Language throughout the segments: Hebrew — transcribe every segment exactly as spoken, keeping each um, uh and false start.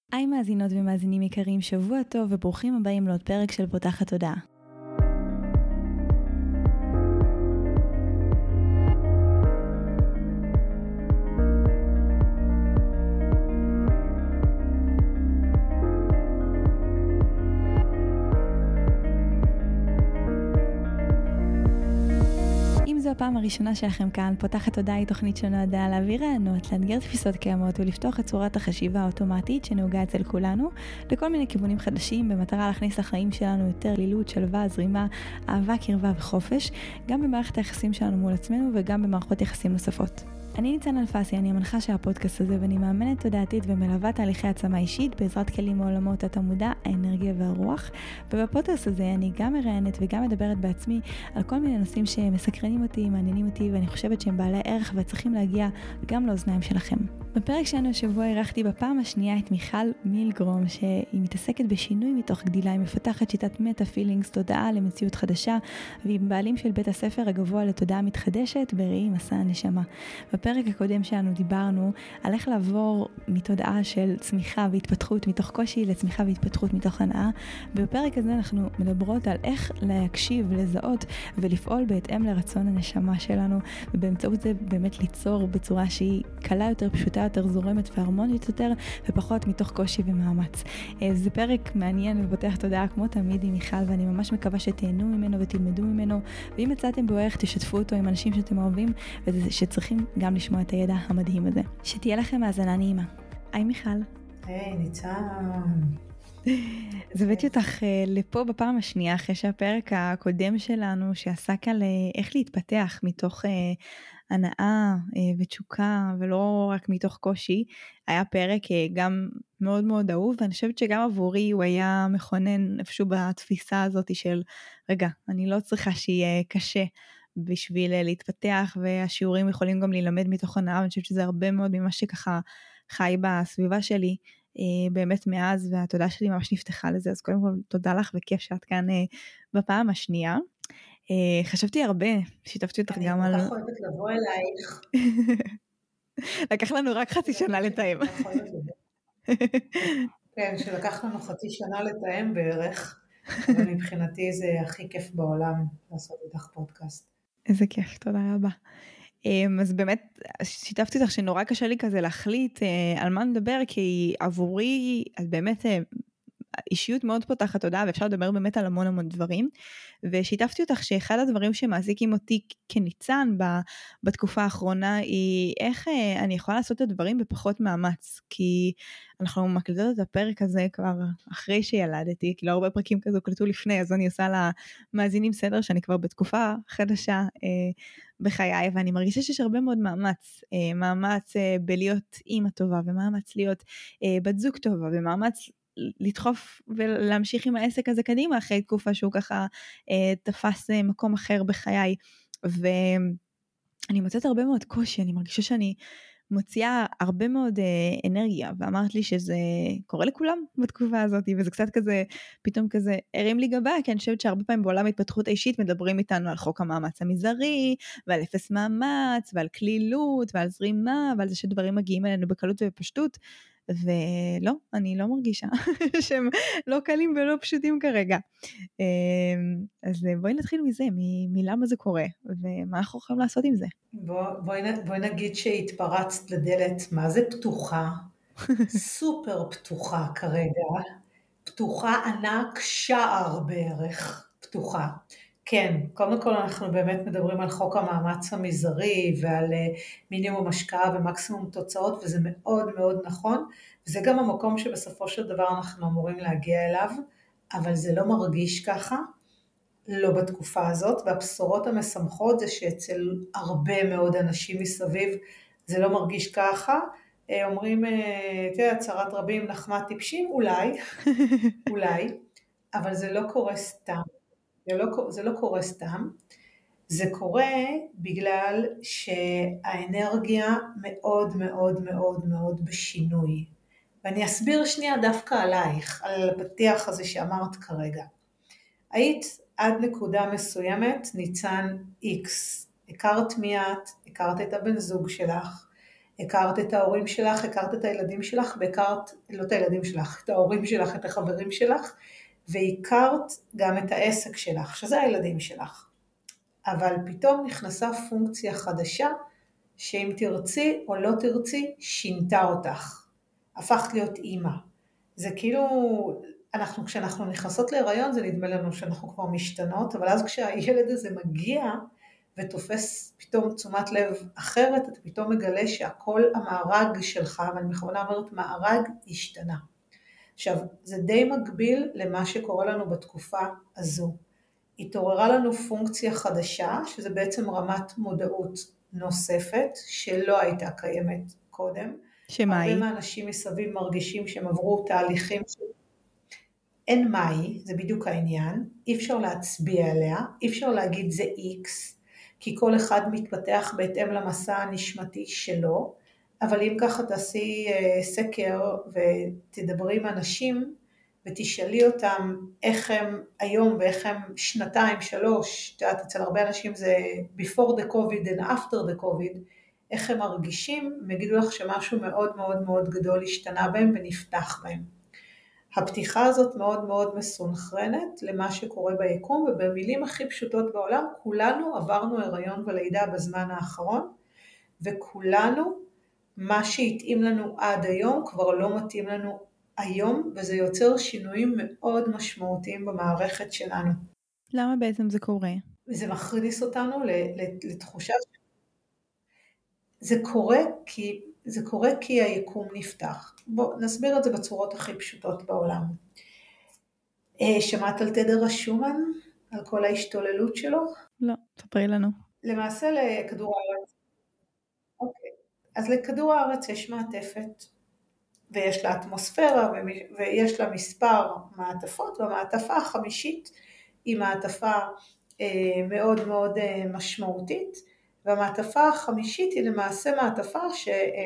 היי מאזינות ומאזינים יקרים, שבוע טוב וברוכים הבאים לעוד פרק של פותחת תודעה. הפעם הראשונה שלכם כאן, פותחת תודעה היא תוכנית שנועדה להעביר רעיונות, לאתגר תפיסות קיימות ולפתוח את צורת החשיבה האוטומטית שנהוגה אצל כולנו לכל מיני כיוונים חדשים במטרה להכניס לחיים שלנו יותר לילות, שלווה, זרימה, אהבה, קרבה וחופש, גם במערכת היחסים שלנו מול עצמנו וגם במערכות יחסים נוספות. אני ניצן אלפסי, אני המנחה של הפודקאסט הזה ואני מאמנת תודעתית ומלווה תהליכי העצמה אישית בעזרת כלים מעולמות התמודע, האנרגיה והרוח. ובפודקאסט הזה אני גם מראיינת וגם מדברת בעצמי על כל מיני נושאים שמסקרנים אותי, מעניינים אותי ואני חושבת שהם בעלי ערך וצריכים להגיע גם לאוזניים שלכם. בפרק שלנו השבוע אירחתי בפעם השנייה את מיכל מילגרום, שהיא מתעסקת בשינוי מתוך גדילה, היא מפתחת שיטת מטה פילינגס, תודעה למציאות חדשה, והיא בעלים של בית הספר הגבוה לתודעה מתחדשת בראי מסע הנשמה. בפרק הקודם שלנו דיברנו על איך לעבור מתודעה של צמיחה והתפתחות מתוך קושי לצמיחה והתפתחות מתוך הנאה, ובפרק הזה אנחנו מדברות על איך להקשיב, לזהות ולפעול בהתאם לרצון הנשמה שלנו, ובאמצעות זה באמת ליצור בצורה שהיא קלה יותר, פשוטה יותר, זורמת והרמונית יותר, ופחות מתוך קושי ומאמץ. זה פרק מעניין ופותח תודעה כמו תמיד עם מיכל, ואני ממש מקווה שתהנו ממנו ותלמדו ממנו, ואם מצאתם בו ערך תשתפו אותו עם אנשים שאתם אוהבים ושצריכים גם לשמוע את הידע המדהים הזה. שתהיה לכם האזנה נעימה. היי מיכל. היי ניצן. אז הבאתי אותך לפה בפעם השנייה אחרי שהפרק הקודם שלנו שעסק על איך להתפתח מתוך הנאה ותשוקה ולא רק מתוך קושי, היה פרק גם מאוד מאוד אהוב, ואני חושבת שגם עבורי הוא היה מכונן איפשהו בתפיסה הזאת של רגע, אני לא צריכה שיהיה קשה בשביל להתפתח, והשיעורים יכולים גם ללמד מתוך הנאה, ואני חושבת שזה הרבה מאוד ממה שככה חי בסביבה שלי, באמת מאז, והתודה שלי ממש נפתחה לזה, אז קודם כל תודה לך וכיף שאת כאן בפעם השנייה. חשבתי הרבה, שיתפתי אותך גם על... אני כל כך אוהבת לבוא אלייך. לקח לנו רק חצי שנה לתאם. כן, שלקח לנו חצי שנה לתאם בערך, אבל מבחינתי זה הכי כיף בעולם לעשות איתך פודקאסט. איזה כיף, תודה רבה. אז באמת שיתפתי אותך שנורא קשה לי כזה להחליט על מה נדבר, כי עבורי, אז באמת אישיות מאוד פותחת תודעה, ואפשר לדבר באמת על המון המון דברים, ושיתפתי אותך שאחד הדברים שמעסיקים אותי כניצן בתקופה האחרונה, היא איך אני יכולה לעשות את הדברים בפחות מאמץ, כי אנחנו מקליטות את הפרק הזה כבר אחרי שילדתי, כי לא הרבה פרקים כזו קלטו לפני, אז אני עושה למאזינים סדר שאני כבר בתקופה חדשה אה, בחיי, ואני מרגישה שיש הרבה מאוד מאמץ, אה, מאמץ אה, בלהיות אימא טובה, ומאמץ להיות אה, בת זוג טובה, ומאמץ לדחוף ולהמשיך עם העסק הזה קדימה, אחרי תקופה שהוא ככה אה, תפס אה, מקום אחר בחיי, ואני מוצאת הרבה מאוד קושי, אני מרגישה שאני מוציאה הרבה מאוד אה, אנרגיה, ואמרת לי שזה קורה לכולם בתקופה הזאת, וזה קצת כזה, פתאום כזה הרים לי גבה, כי אני חושבת שהרבה פעמים בעולם ההתפתחות האישית מדברים איתנו על חוק המאמץ המזערי, ועל אפס מאמץ, ועל כלילות, ועל זרימה, ועל זה שדברים מגיעים אלינו בקלות ובפשטות, ולא, אני לא מרגישה שהם לא קלים ולא פשוטים כרגע. אז בואי נתחיל מזה, מלמה זה קורה, ומה אנחנו יכולים לעשות עם זה. בוא, בואי, בואי נגיד שהתפרצת לדלת, מה זה פתוחה? סופר פתוחה כרגע, פתוחה ענק שער בערך, פתוחה. כן, קודם כל אנחנו באמת מדברים על חוק המאמץ המזערי ועל מינימום השקעה ומקסימום תוצאות, וזה מאוד מאוד נכון, וזה גם המקום שבסופו של דבר אנחנו אמורים להגיע אליו, אבל זה לא מרגיש ככה, לא בתקופה הזאת, והבשורות המשמחות זה שאצל הרבה מאוד אנשים מסביב זה לא מרגיש ככה, אומרים, תראה, צרת רבים נחמת טיפשים, אולי, אולי, אבל זה לא קורה סתם. זה לא, זה לא קורה סתם, זה קורה בגלל שהאנרגיה מאוד מאוד מאוד מאוד בשינוי. ואני אסביר שנייה דווקא עלייך, על הפתיח הזה שאמרת כרגע. היית עד נקודה מסוימת ניצן X, הכרת מי את, הכרת את הבן זוג שלך, הכרת את ההורים שלך, הכרת את הילדים שלך, והכרת, לא את הילדים שלך, את ההורים שלך, את החברים שלך, והכרת גם את העסק שלך, שזה הילדים שלך. אבל פתאום נכנסה פונקציה חדשה, שאם תרצי או לא תרצי, שינתה אותך. הפכת להיות אימא. זה כאילו, אנחנו, כשאנחנו נכנסות להיריון, זה נדמה לנו שאנחנו כבר משתנות, אבל אז כשהילד הזה מגיע, ותופס פתאום תשומת לב אחרת, אתה פתאום מגלה שהכל המארג שלך, ואני בכוונה אומרת מארג, השתנה. עכשיו, זה די מקביל למה שקורה לנו בתקופה הזו. התעוררה לנו פונקציה חדשה, שזה בעצם רמת מודעות נוספת, שלא הייתה קיימת קודם. שמה היא? הרבה מהאנשים מסביב מרגישים שהם עברו תהליכים, אין מה היא, זה בדיוק העניין, אי אפשר להצביע עליה, אי אפשר להגיד זה X, כי כל אחד מתפתח בהתאם למסע הנשמתי שלו, אבל אם ככה תעשי סקר ותדברי עם אנשים, ותשאלי אותם איך הם היום ואיך הם שנתיים, שלוש, את יודעת, אצל הרבה אנשים זה before the COVID and after the COVID, איך הם מרגישים, הם יגידו לך שמשהו מאוד מאוד מאוד גדול השתנה בהם ונפתח בהם. הפתיחה הזאת מאוד מאוד מסונכרנת למה שקורה ביקום, ובמילים הכי פשוטות בעולם, כולנו עברנו הריון ולידה בזמן האחרון, וכולנו, מה שהתאים לנו עד היום, כבר לא מתאים לנו היום, וזה יוצר שינויים מאוד משמעותיים במערכת שלנו. למה בעצם זה קורה? וזה מכניס אותנו לתחושה, זה קורה כי, זה קורה כי היקום נפתח. בואו נסביר את זה בצורות הכי פשוטות בעולם. שמעת על תדר השומן? על כל ההשתוללות שלו? לא, תספרי לנו. למעשה לכדור הארץ. אוקיי. אז לכדור הארץ יש מעטפת, ויש לה אטמוספירה, ויש לה מספר מעטפות, והמעטפה החמישית היא מעטפה מאוד מאוד משמעותית, והמעטפה החמישית היא למעשה מעטפה ש...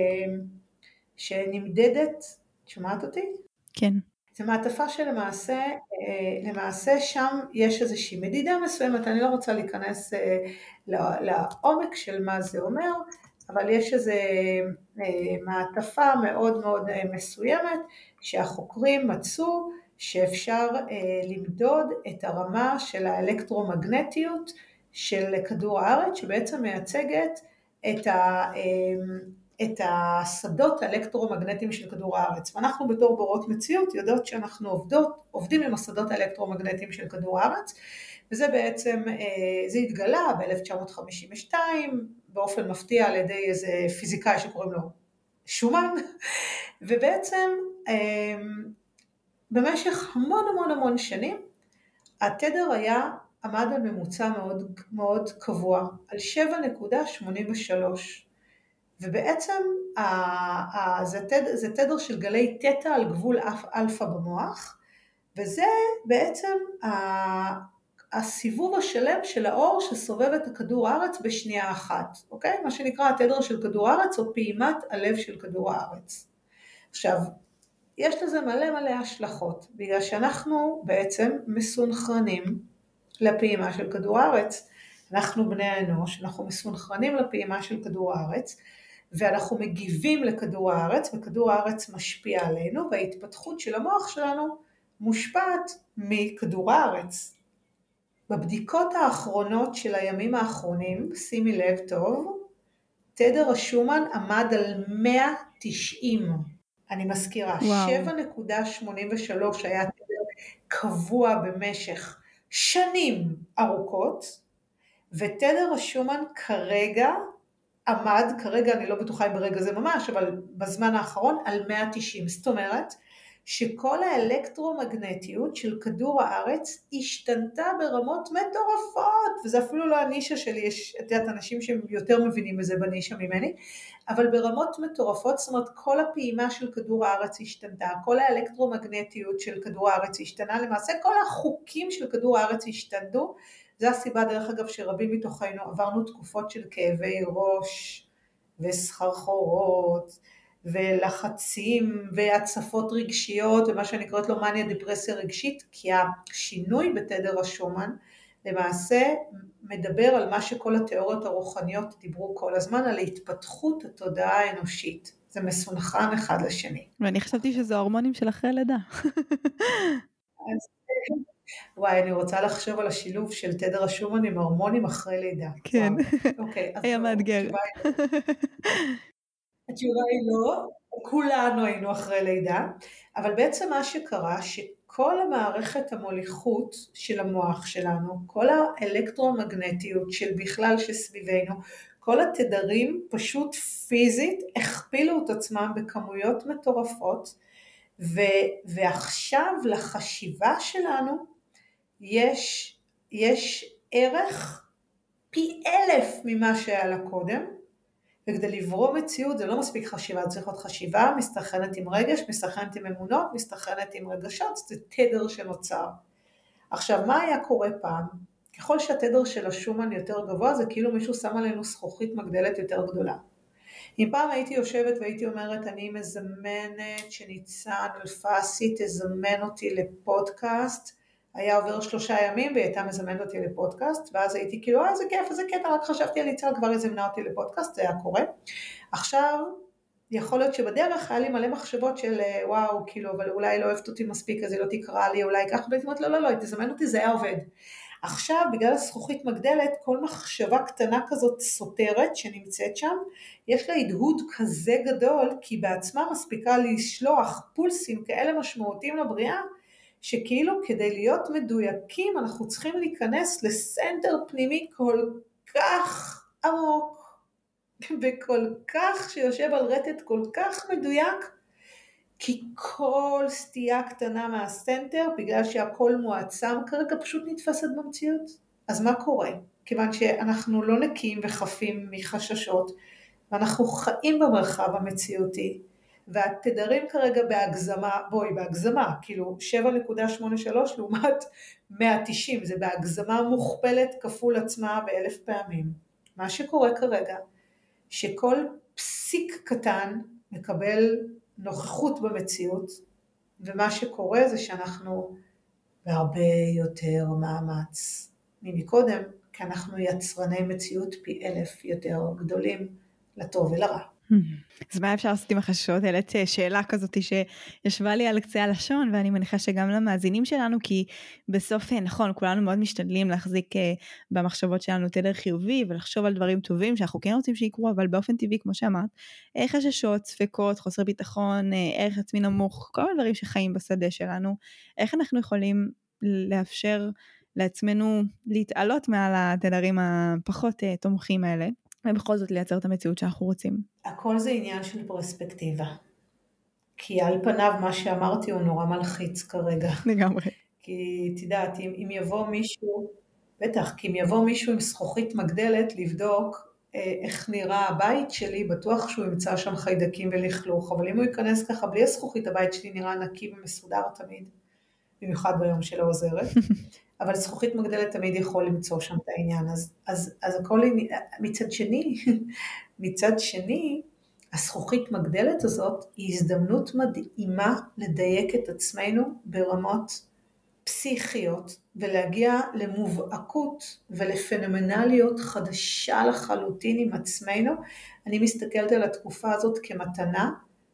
שנמדדת, שומעת אותי? כן. זו מעטפה שלמעשה, למעשה שם יש איזושהי מדידה מסוימת, אני לא רוצה להיכנס לעומק של מה זה אומר, אבל יש איזו מעטפה מאוד מאוד מסוימת, שהחוקרים מצאו שאפשר למדוד את הרמה של האלקטרומגנטיות של כדור הארץ, שבעצם מייצגת את ה... את השדות האלקטרומגנטיים של כדור הארץ. ואנחנו בתור בורות מציאות יודעות שאנחנו עובדות, עובדים עם השדות האלקטרומגנטיים של כדור הארץ, וזה בעצם, זה התגלה ב-אלף תשע מאות חמישים ושתיים, באופן מפתיע על ידי איזה פיזיקאי שקוראים לו שומן, ובעצם במשך המון המון המון שנים, התדר היה, עמד על ממוצע מאוד, מאוד קבוע, על שבע נקודה שמונים ושלוש, ובעצם זה תדר, זה תדר של גלי תטא על גבול אלפא במוח, וזה בעצם הסיבוב השלם של האור שסובב את הכדור הארץ בשנייה אחת, אוקיי? מה שנקרא התדר של כדור הארץ או פעימת הלב של כדור הארץ. עכשיו, יש לזה מלא מלא השלכות, בגלל שאנחנו בעצם מסונכרנים לפעימה של כדור הארץ, אנחנו בני האנוש, אנחנו מסונכרנים לפעימה של כדור הארץ, ואנחנו מגיבים לכדור הארץ, וכדור הארץ משפיע עלינו, וההתפתחות של המוח שלנו מושפעת מכדור הארץ. בבדיקות האחרונות של הימים האחרונים, שימי לב טוב, תדר השומן עמד על מאה ותשעים, אני מזכירה, שבע נקודה שמונים ושלוש היה תדר קבוע במשך שנים ארוכות, ותדר השומן כרגע, עמד, כרגע אני לא בטוחה אם ברגע זה ממש, אבל בזמן האחרון על מאה ותשעים, זאת אומרת שכל האלקטרומגנטיות של כדור הארץ השתנתה ברמות מטורפות, וזה אפילו לא הנישה שלי, יש את יודעת אנשים שהם יותר מבינים בזה בנישה ממני, אבל ברמות מטורפות, זאת אומרת כל הפעימה של כדור הארץ השתנתה, כל האלקטרומגנטיות של כדור הארץ השתנה, למעשה כל החוקים של כדור הארץ השתנו, זו הסיבה דרך אגב שרבים מתוכנו עברנו תקופות של כאבי ראש וסחרחורות ולחצים והצפות רגשיות ומה שאני קוראת לו מניה דיפרסיה רגשית, כי השינוי בתדר השומן למעשה מדבר על מה שכל התיאוריות הרוחניות דיברו כל הזמן, על התפתחות התודעה האנושית. זה מסונכרן אחד לשני. ואני חשבתי שזה ההורמונים של אחרי לידה. אז וואי, אני רוצה לחשוב על השילוב של תדר השומן עם הורמונים אחרי לידה. כן, אוקיי, אז היה מאתגר. התשובה היא לא, כולנו היינו אחרי לידה, אבל בעצם מה שקרה, שכל המערכת המוליכות של המוח שלנו, כל האלקטרומגנטיות של בכלל שסביבנו, כל התדרים פשוט פיזית הכפילו את עצמם בכמויות מטורפות, ו, ועכשיו לחשיבה שלנו יש, יש ערך פי אלף ממה שהיה לה קודם, וכדי לברוא מציאות זה לא מספיק חשיבה, זה צריך להיות חשיבה, מסתכנת עם רגש, מסתכנת עם אמונות, מסתכנת עם רגשות, זה תדר שנוצר. עכשיו, מה היה קורה פעם? ככל שהתדר של השומן יותר גבוה, זה כאילו מישהו שם עלינו זכוכית מגדלת יותר גדולה. אם פעם הייתי יושבת והייתי אומרת, אני מזמנת שניצן אלפסי תזמן אותי לפודקאסט, היה עובר שלושה ימים והיא הייתה מזמנת אותי לפודקאסט, ואז הייתי כאילו, אה, איזה כיף, איזה קטע, רק חשבתי על ניצן, כבר היא זמנה אותי לפודקאסט, זה היה קורה. עכשיו, יכול להיות שבדרך היה לי מלא מחשבות של, וואו, כאילו, אבל אולי לא אוהבת אותי מספיק, אז היא לא תקרא לי, אולי ככה, והייתי אומרת, לא, לא, לא, היא תזמן אותי, זה היה עובד. עכשיו, בגלל הזכוכית מגדלת, כל מחשבה קטנה כזאת סותרת שנמצאת שם, יש לה הדהוד כזה גדול, כי בעצמה מספיקה לשלוח פולסים כאלה משמעותיים לבריאה, שכאילו כדי להיות מדויקים, אנחנו צריכים להיכנס לסנטר פנימי כל כך עמוק, וכל כך שיושב על רטט כל כך מדויק, כי כל סטייה קטנה מהסנטר, בגלל שהכל מועצם, כרגע פשוט נתפסת במציאות. אז מה קורה? כיוון שאנחנו לא נקיים וחפים מחששות, ואנחנו חיים במרחב המציאותי, והתדרים כרגע בהגזמה, בואי בהגזמה, כאילו שבע נקודה שמונים ושלוש לעומת מאה ותשעים, זה בהגזמה מוכפלת כפול עצמה באלף פעמים. מה שקורה כרגע, שכל פסיק קטן מקבל נוכחות במציאות, ומה שקורה זה שאנחנו בהרבה יותר מאמץ ממקודם, כי אנחנו יצרני מציאות פי אלף יותר גדולים לטוב ולרע. אז מה אפשר לעשות עם החששות? העלית שאלה כזאת שישבה לי על קצה הלשון, ואני מניחה שגם למאזינים שלנו, כי בסוף, נכון, כולנו מאוד משתדלים להחזיק במחשבות שלנו תדר חיובי, ולחשוב על דברים טובים שאנחנו כן רוצים שיקרו, אבל באופן טבעי, כמו שאמרת, חששות, ספקות, חוסר ביטחון, ערך עצמי נמוך, כל מיני דברים שחיים בשדה שלנו, איך אנחנו יכולים לאפשר לעצמנו להתעלות מעל התדרים הפחות תומכים האלה, ובכל זאת לייצר את המציאות שאנחנו רוצים. הכל זה עניין של פרספקטיבה. כי על פניו מה שאמרתי הוא נורא מלחיץ כרגע. לגמרי. כי תדעת, אם, אם יבוא מישהו, בטח, כי אם יבוא מישהו עם זכוכית מגדלת לבדוק אה, איך נראה הבית שלי, בטוח שהוא ימצא שם חיידקים ולכלוך, אבל אם הוא ייכנס ככה בלי הזכוכית, הבית שלי נראה נקי ומסודר תמיד, במיוחד ביום שלא עוזרת. אבל זכוכית מגדלת תמיד יכול למצוא שם את העניין, אז, אז, אז הכל, מצד שני, מצד שני, הזכוכית מגדלת הזאת היא הזדמנות מדהימה לדייק את עצמנו ברמות פסיכיות, ולהגיע למובהקות ולפנומנליות חדשה לחלוטין עם עצמנו. אני מסתכלת על התקופה הזאת כמתנה,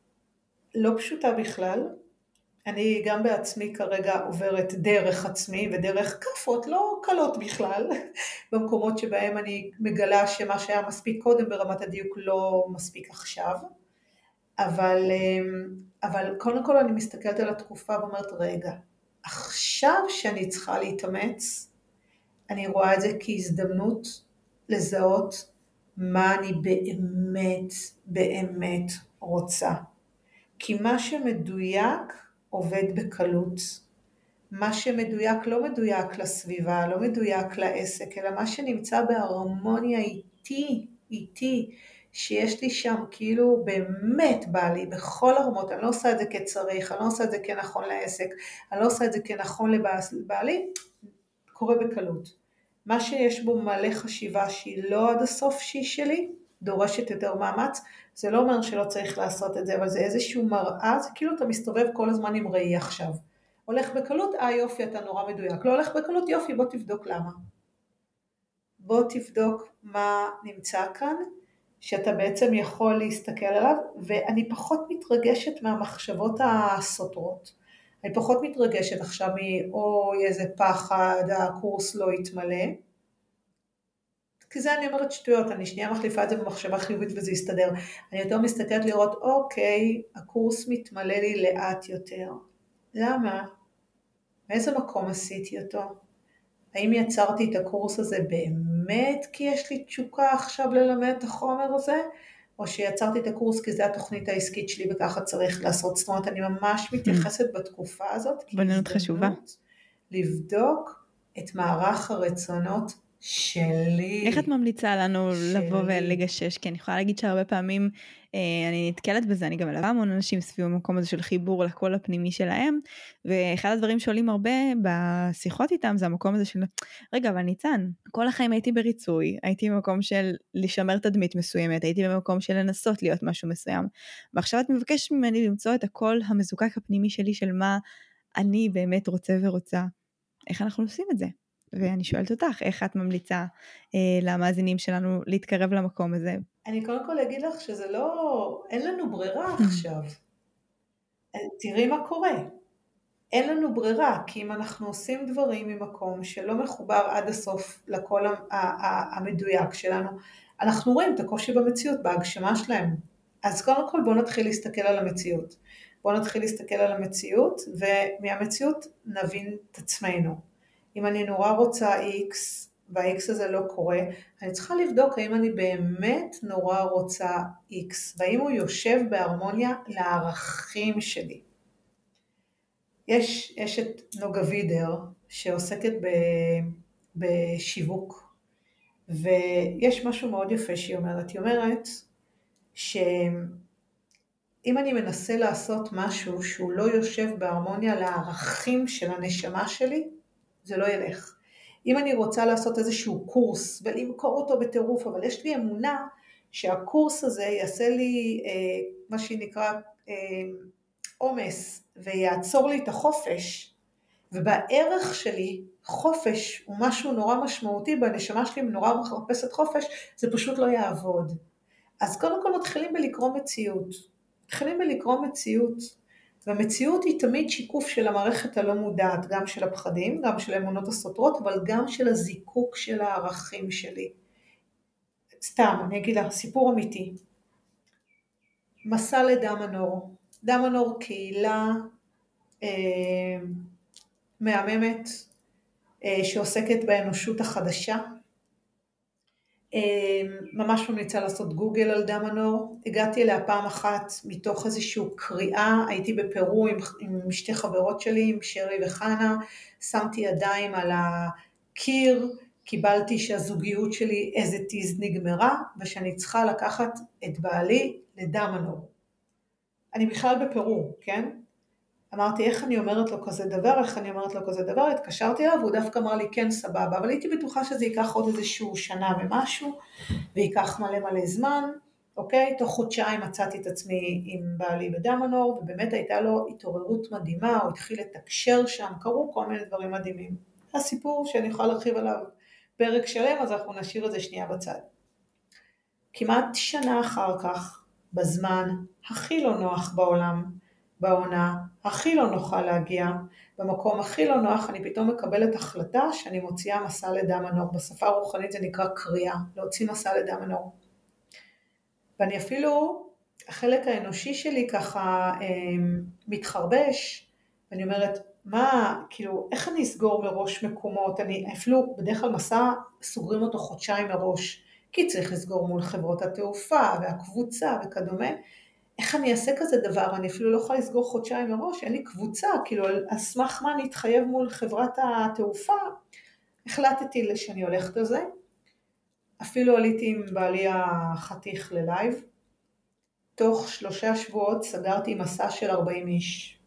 לא פשוטה בכלל, אני גם בעצמי כרגע עוברת דרך עצמי ודרך כפות לא קלות בכלל, במקומות שבהם אני מגלה שמה שהיה מספיק קודם ברמת הדיוק לא מספיק עכשיו, אבל, אבל קודם כל אני מסתכלת על התקופה ואומרת רגע, עכשיו שאני צריכה להתאמץ, אני רואה את זה כהזדמנות לזהות מה אני באמת באמת רוצה, כי מה שמדויק עובד בקלות, מה שמדויק לא מדויק לסביבה, לא מדויק לעסק, אלא מה שנמצא בהרמוניה איתי, איתי, שיש לי שם כאילו באמת בא לי בכל הרמות, אני לא עושה את זה כצריך, אני לא עושה את זה כנכון לעסק, אני לא עושה את זה כנכון לבעלי, קורה בקלות. מה שיש בו מלא חשיבה שהיא לא עד הסוף שהיא שלי, דורשת יותר מאמץ, זה לא אומר שלא צריך לעשות את זה, אבל זה איזשהו מראה, זה כאילו אתה מסתובב כל הזמן עם ראי עכשיו. הולך בקלות, אה יופי, אתה נורא מדויק. לא הולך בקלות, יופי, בוא תבדוק למה. בוא תבדוק מה נמצא כאן, שאתה בעצם יכול להסתכל עליו, ואני פחות מתרגשת מהמחשבות הסותרות. אני פחות מתרגשת עכשיו מאוי איזה פחד, הקורס לא יתמלא. כי זה אני אומרת שטויות, אני שנייה מחליפה את זה במחשבה חיובית וזה יסתדר. אני יותר מסתכלת לראות, אוקיי, הקורס מתמלא לי לאט יותר. למה? מאיזה מקום עשיתי אותו? האם יצרתי את הקורס הזה באמת כי יש לי תשוקה עכשיו ללמד את החומר הזה? או שיצרתי את הקורס כי זה התוכנית העסקית שלי וככה צריך לעשות? זאת אומרת, אני ממש מתייחסת בתקופה הזאת כהזדמנות לבדוק את מערך הרצונות שלי. איך את ממליצה לנו שלי. לבוא ולגשש? כי אני יכולה להגיד שהרבה פעמים אה, אני נתקלת בזה, אני גם מלווה המון אנשים סביב המקום הזה של חיבור לקול הפנימי שלהם, ואחד הדברים שעולים הרבה בשיחות איתם זה המקום הזה של, רגע, אבל ניצן, כל החיים הייתי בריצוי, הייתי במקום של לשמר תדמית מסוימת, הייתי במקום של לנסות להיות משהו מסוים, ועכשיו את מבקשת ממני למצוא את הקול המזוקק הפנימי שלי של מה אני באמת רוצה ורוצה. איך אנחנו עושים את זה? ואני שואלת אותך, איך את ממליצה אה, למאזינים שלנו להתקרב למקום הזה? אני קודם כל אגיד לך שזה לא, אין לנו ברירה עכשיו. תראי מה קורה. אין לנו ברירה, כי אם אנחנו עושים דברים ממקום שלא מחובר עד הסוף לקול המדויק שלנו, אנחנו רואים את הקושי במציאות, בהגשמה שלהם. אז קודם כל בואו נתחיל להסתכל על המציאות. בואו נתחיל להסתכל על המציאות, ומהמציאות נבין את עצמנו. אם אני נורא רוצה X, וה-X הזה לא קורה, אני צריכה לבדוק האם אני באמת נורא רוצה X, והאם הוא יושב בהרמוניה לערכים שלי. יש, יש את נוגה וידר שעוסקת ב, בשיווק, ויש משהו מאוד יפה שהיא אומרת. היא אומרת שאם אני מנסה לעשות משהו שהוא לא יושב בהרמוניה לערכים של הנשמה שלי, זה לא ילך. אם אני רוצה לעשות איזשהו קורס ולמכור אותו בטירוף, אבל יש לי אמונה שהקורס הזה יעשה לי אה, מה שנקרא אה, עומס ויעצור לי את החופש, ובערך שלי חופש הוא משהו נורא משמעותי, בנשמה שלי נורא מחפשת חופש, זה פשוט לא יעבוד. אז קודם כל מתחילים בלקרוא מציאות. מתחילים בלקרוא מציאות, והמציאות היא תמיד שיקוף של המערכת הלא מודעת, גם של הפחדים, גם של האמונות הסותרות, אבל גם של הזיקוק של הערכים שלי. סתם, אני אגיד לך, סיפור אמיתי. מסע לדמנור. דמנור קהילה אה, מהממת, אה, שעוסקת באנושות החדשה. ממש ממליצה לעשות גוגל על דמנור. הגעתי אליה פעם אחת מתוך איזושהי קריאה, הייתי בפרו עם, עם שתי חברות שלי, עם שרי וחנה, שמתי ידיים על הקיר, קיבלתי שהזוגיות שלי as it is נגמרה, ושאני צריכה לקחת את בעלי לדמנור. אני בכלל בפרו, כן? אמרתי, איך אני אומרת לו כזה דבר, איך אני אומרת לו כזה דבר, התקשרתי אליו, והוא דווקא אמר לי, כן, סבבה, אבל הייתי בטוחה שזה ייקח עוד איזשהו שנה ומשהו, ויקח מלא מלא זמן, אוקיי? תוך חודשיים מצאתי את עצמי עם בעלי בדמנור, ובאמת הייתה לו התעוררות מדהימה, הוא התחיל לתקשר שם, קרו כל מיני דברים מדהימים. הסיפור שאני יכולה להרחיב עליו פרק שלם, אז אנחנו נשאיר את זה שנייה בצד. כמעט שנה אחר כך, בזמן הכי לא נוח בעולם, בעונה הכי לא נוחה להגיע, במקום הכי לא נוח, אני פתאום מקבלת החלטה שאני מוציאה מסע לדמנור. בשפה הרוחנית זה נקרא קריאה, להוציא מסע לדמנור. ואני אפילו, החלק האנושי שלי ככה אה, מתחרבש, ואני אומרת, מה, כאילו, איך אני אסגור מראש מקומות? אני אפילו בדרך כלל מסע סוגרים אותו חודשיים מראש, כי צריך לסגור מול חברות התעופה והקבוצה וכדומה. איך אני אעשה כזה דבר? אני אפילו לא יכולה לסגור חודשיים מראש, אין לי קבוצה, כאילו על סמך מה אני אתחייב מול חברת התעופה. החלטתי שאני הולכת על זה, אפילו עליתי עם בעלי החתיך ללייב, תוך שלושה שבועות סגרתי מסע של ארבעים איש.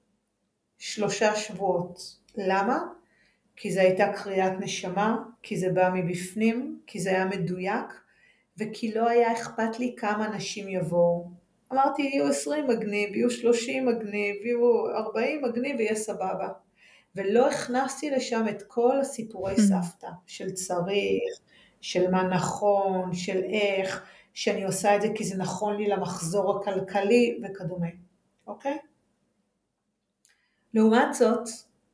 שלושה שבועות. למה? כי זה הייתה קריאת נשמה, כי זה בא מבפנים, כי זה היה מדויק, וכי לא היה אכפת לי כמה אנשים יבואו. אמרתי, יהיו עשרים מגניב, יהיו שלושים מגניב, יהיו ארבעים מגניב, ויהיה סבבה. ולא הכנסתי לשם את כל הסיפורי סבתא, של צריך, של מה נכון, של איך, שאני עושה את זה כי זה נכון לי למחזור הכלכלי וכדומה, אוקיי? לעומת זאת,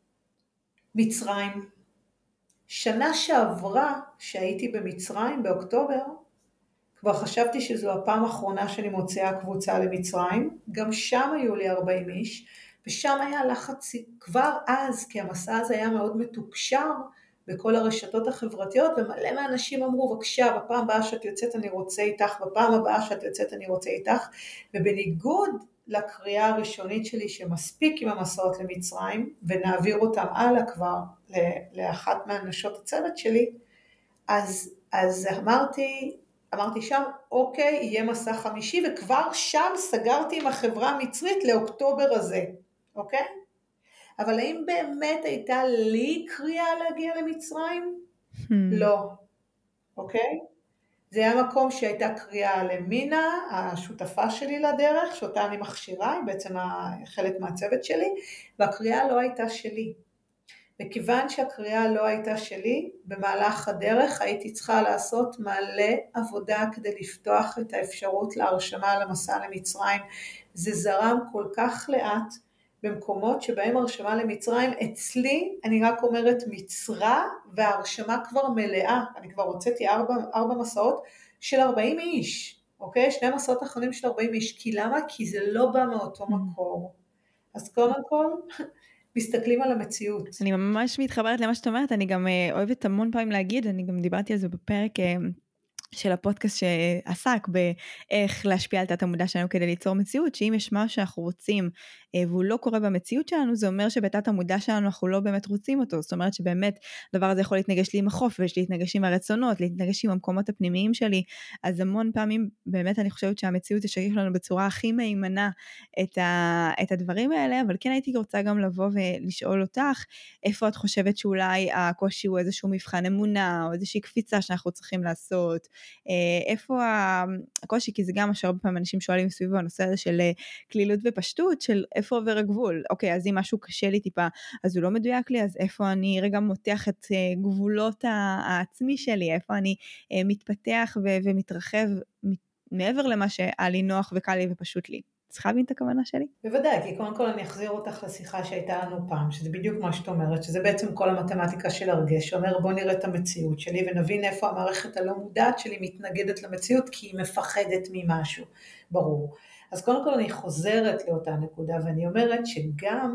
מצרים, שנה שעברה שהייתי במצרים באוקטובר, כבר חשבתי שזו הפעם האחרונה שאני מוציאה קבוצה למצרים, גם שם היו לי ארבעים איש, ושם היה לחץ כבר אז, כי המסע הזה היה מאוד מתוקשר בכל הרשתות החברתיות, ומלא מהאנשים אמרו, בבקשה, בפעם הבאה שאת יוצאת אני רוצה איתך, בפעם הבאה שאת יוצאת אני רוצה איתך, ובניגוד לקריאה הראשונית שלי שמספיק עם המסעות למצרים, ונעביר אותם הלאה כבר לאחת מהנשות הצוות שלי, אז, אז אמרתי, אמרתי שם, אוקיי, יהיה מסע חמישי, וכבר שם סגרתי עם החברה המצרית לאוקטובר הזה, אוקיי? אבל האם באמת הייתה לי קריאה להגיע למצרים? Hmm. לא, אוקיי? זה היה מקום שהייתה קריאה למינה, השותפה שלי לדרך, שאותה אני מכשירה, היא בעצם חלק מהצוות שלי, והקריאה לא הייתה שלי. וכיוון שהקריאה לא הייתה שלי, במהלך הדרך הייתי צריכה לעשות מלא עבודה כדי לפתוח את האפשרות להרשמה למסע למצרים. זה זרם כל כך לאט במקומות שבהם הרשמה למצרים, אצלי אני רק אומרת מצרה וההרשמה כבר מלאה, אני כבר הוצאתי ארבע, ארבע מסעות של ארבעים איש, אוקיי? שני מסעות אחרונים של ארבעים איש, כי למה? כי זה לא בא מאותו מקור. אז קודם כל, מסתכלים על המציאות. אני ממש מתחברת למה שאת אומרת, אני גם אוהבת המון פעמים להגיד, אני גם דיברתי על זה בפרק של הפודקאסט שעסק באיך להשפיע על תת המודע שלנו כדי ליצור מציאות, שאם יש משהו שאנחנו רוצים והוא לא קורה במציאות שלנו, זה אומר שבתת המודע שלנו אנחנו לא באמת רוצים אותו, זאת אומרת שבאמת הדבר הזה יכול להתנגש לי עם החופש, להתנגש עם הרצונות, להתנגש עם המקומות הפנימיים שלי, אז המון פעמים באמת אני חושבת שהמציאות תשקף לנו בצורה הכי מהימנה את, ה, את הדברים האלה, אבל כן הייתי רוצה גם לבוא ולשאול אותך, איפה את חושבת שאולי הקושי הוא איזשהו מבחן אמונה, או איזושהי קפיצה שאנחנו צריכים לעשות, איפה הקושי, כי זה גם אשר הרבה פעמים אנשים שואלים סביב הנושא הזה של כלילות ופשטות, של איפה עובר הגבול, אוקיי, אז אם משהו קשה לי טיפה, אז הוא לא מדויק לי, אז איפה אני רגע מותח את גבולות העצמי שלי, איפה אני מתפתח ו- ומתרחב מעבר למה שהיה לי נוח וקל לי ופשוט לי. צריכה להבין את הכוונה שלי? בוודאי, כי קודם כל אני אחזיר אותך לשיחה שהייתה לנו פעם, שזה בדיוק מה שאת אומרת, שזה בעצם כל המתמטיקה של הרגש, שאומר בוא נראה את המציאות שלי ונבין איפה המערכת הלא מודעת שלי מתנגדת למציאות, כי היא מפחדת ממשהו, ברור. אז קודם כל אני חוזרת לאותה נקודה, ואני אומרת שגם,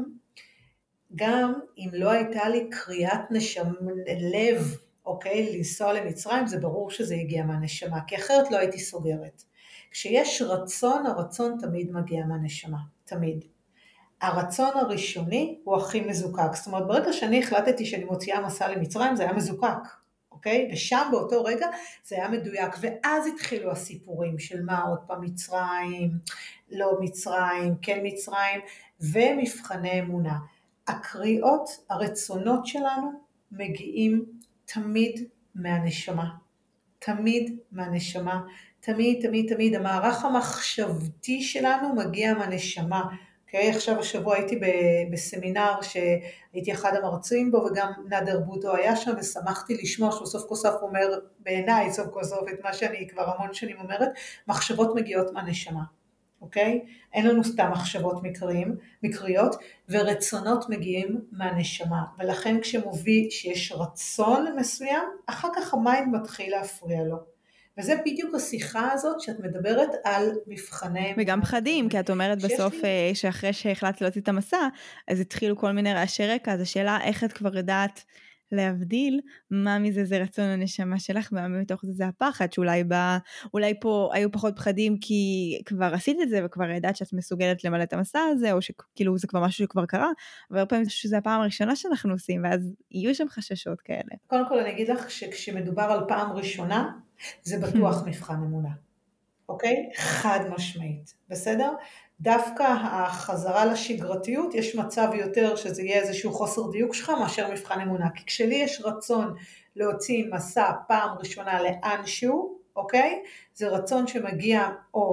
גם אם לא הייתה לי קריאת נשם לב, אוקיי, לנסוע למצרים, זה ברור שזה הגיע מהנשמה, כי אחרת לא הייתי סוגרת. כשיש רצון, הרצון תמיד מגיע מהנשמה, תמיד. הרצון הראשוני הוא הכי מזוקק, זאת אומרת, ברגע שאני החלטתי שאני מוציאה מסע למצרים, זה היה מזוקק, אוקיי? ושם באותו רגע זה היה מדויק, ואז התחילו הסיפורים של מה עוד פעם מצרים, לא מצרים, כן מצרים, ומבחני אמונה. הקריאות, הרצונות שלנו מגיעים תמיד מהנשמה, תמיד מהנשמה, תמיד, תמיד, תמיד, המערך המחשבתי שלנו מגיע מהנשמה, אוקיי? עכשיו השבוע הייתי בסמינר שהייתי אחד המרצים בו, וגם נדר בוטו היה שם, ושמחתי לשמוע שהוא סוף כל סוף אומר, בעיניי סוף כל סוף את מה שאני כבר המון שנים אומרת, מחשבות מגיעות מהנשמה, אוקיי? אין לנו סתם מחשבות מקריים, מקריות, ורצונות מגיעים מהנשמה, ולכן כשמוביל שיש רצון מסוים, אחר כך המיינד מתחיל להפריע לו. וזה בדיוק השיחה הזאת שאת מדברת על מבחני... וגם פחדים, כי את אומרת בסוף לי... שאחרי שהחלטת להוציא את המסע, אז התחילו כל מיני רעשי רקע, אז השאלה איך את כבר יודעת להבדיל, מה מזה זה רצון הנשמה שלך, ומה מתוך זה זה הפחד, שאולי בא, אולי פה היו פחות פחדים, כי כבר עשית את זה, וכבר ידעת שאת מסוגלת למלא את המסע הזה, או שכאילו זה כבר משהו שכבר קרה, אבל הרבה פעמים שזה הפעם הראשונה שאנחנו עושים, ואז יהיו שם חששות כאלה. קודם כל אני אגיד לך שכשמדובר על פעם ראשונה, זה בטוח מבחן אמונה, אוקיי? חד משמעית, בסדר? דווקא החזרה לשגרתיות, יש מצב יותר שזה יהיה איזשהו חוסר דיוק שלך, מאשר מבחן אמונה, כי כשלי יש רצון להוציא מסע פעם ראשונה לאנשהו, אוקיי? זה רצון שמגיע או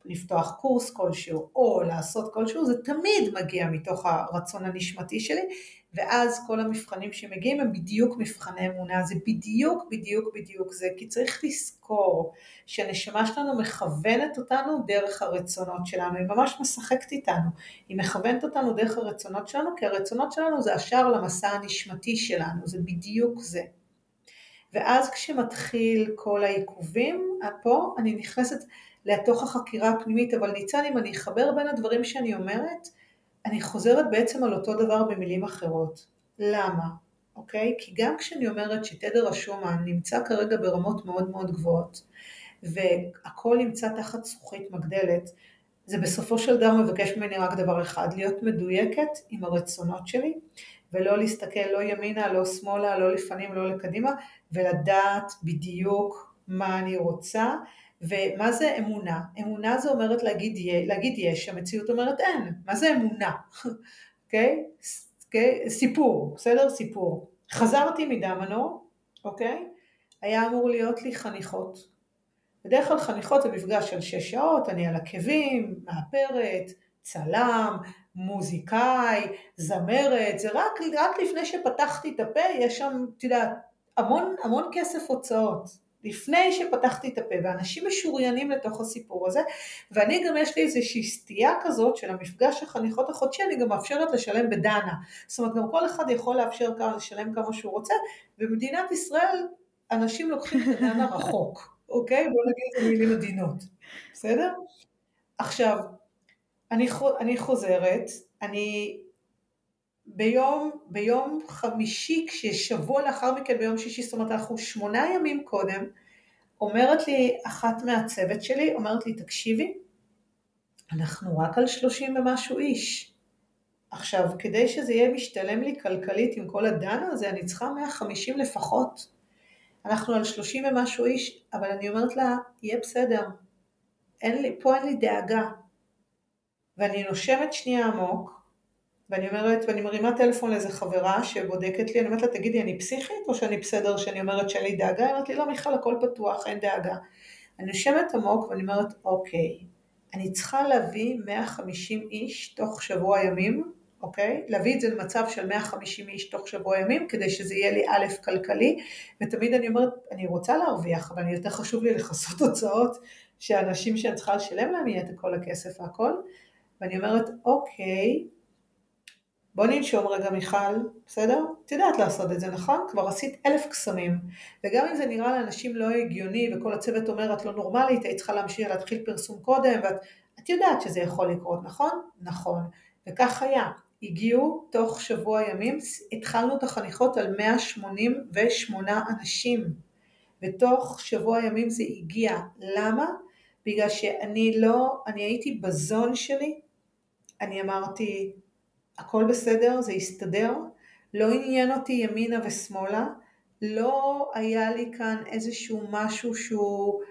לפתוח קורס כלשהו, או לעשות כלשהו, זה תמיד מגיע מתוך הרצון הנשמתי שלי, ואז כל המבחנים שמגיעים הם בדיוק מבחני אמונה, זה בדיוק בדיוק בדיוק זה, כי צריך לזכור שהנשמה שלנו מכוונת אותנו דרך הרצונות שלנו, היא ממש משחקת איתנו, היא מכוונת אותנו דרך הרצונות שלנו, כי הרצונות שלנו זה השאר למסע הנשמתי שלנו, זה בדיוק זה. ואז כשמתחיל כל העיכובים, פה אני נכנסת לתוך החקירה הפנימית, אבל ניצן, אם אני אחבר בין הדברים שאני אומרת, אני חוזרת בעצם על אותו דבר במילים אחרות. למה? אוקיי? כי גם כשאני אומרת שתדר השומן נמצא כרגע ברמות מאוד מאוד גבוהות, והכל נמצא תחת זכוכית מגדלת, זה בסופו של דבר מבקש ממני רק דבר אחד, להיות מדויקת עם הרצונות שלי, ולא להסתכל לא ימינה, לא שמאלה, לא לפנים, לא לקדימה, ולדעת בדיוק מה אני רוצה, ומה זה אמונה? אמונה זה אומרת להגיד, להגיד יש, המציאות אומרת אין. מה זה אמונה? אוקיי? אוקיי? סיפור, בסדר? סיפור. חזרתי מדמנו, אוקיי? היה אמור להיות לי חניכות. בדרך כלל חניכות זה מפגש של שש שעות, אני על עקבים, מאפרת, צלם, מוזיקאי, זמרת, זה רק, רק לפני שפתחתי את הפה, יש שם, תדע, המון, המון כסף הוצאות. לפני שפתחתי את הפה, ואנשים משוריינים לתוך הסיפור הזה, ואני גם יש לי איזושהי סטייה כזאת של המפגש החניכות החודשי, אני גם מאפשרת לשלם בדנה, זאת אומרת גם כל אחד יכול לאפשר כמה, לשלם כמה שהוא רוצה, במדינת ישראל אנשים לוקחים את הדנה רחוק, אוקיי? בואו נגיד את המילים מדינות, בסדר? עכשיו, אני, אני חוזרת, אני ביום, ביום חמישי, כששבוע לאחר מכן ביום שישי, זאת אומרת אנחנו שמונה ימים קודם, אומרת לי אחת מהצוות שלי, אומרת לי תקשיבי, אנחנו רק על שלושים ומשהו איש, עכשיו כדי שזה יהיה משתלם לי כלכלית עם כל הדנה הזה, אני צריכה מאה וחמישים לפחות, אנחנו על שלושים ומשהו איש, אבל אני אומרת לה, יהיה בסדר, אין לי, פה אין לי דאגה, ואני נושמת שנייה עמוק, ואני אומרת, ואני מרימה טלפון לאיזה חברה שבודקת לי, אני אומרת לה, תגידי, אני פסיכית או שאני בסדר שאני אומרת שאין לי דאגה? היא אומרת לי, לא מיכל, הכל פתוח, אין דאגה. אני נושמת עמוק ואני אומרת, אוקיי, אני צריכה להביא מאה וחמישים איש תוך שבוע ימים, אוקיי? להביא את זה למצב של מאה וחמישים איש תוך שבוע ימים, כדי שזה יהיה לי א' כלכלי, ותמיד אני אומרת, אני רוצה להרוויח, אבל יותר חשוב לי לחסות הוצאות, שאנשים שאני צריכה לשלם להם יהיה את כל הכסף והכל, ואני אומרת, אוקיי, בוא ננשום רגע מיכל, בסדר? את יודעת לעשות את זה, נכון? כבר עשית אלף קסמים, וגם אם זה נראה לאנשים לא הגיוני, וכל הצוות אומר, את לא נורמלית, היית צריכה להמשיך להתחיל פרסום קודם, ואת יודעת שזה יכול לקרות, נכון? נכון. וכך היה. הגיעו תוך שבוע ימים, התחלנו את החניכות על מאה שמונים ושמונה אנשים, ותוך שבוע ימים זה הגיע. למה? בגלל שאני לא, אני הייתי בזון שלי, אני אמרתי, הכל בסדר, זה יסתדר, לא עניין אותי ימינה ושמאלה, לא היה לי כאן איזשהו משהו שהוא,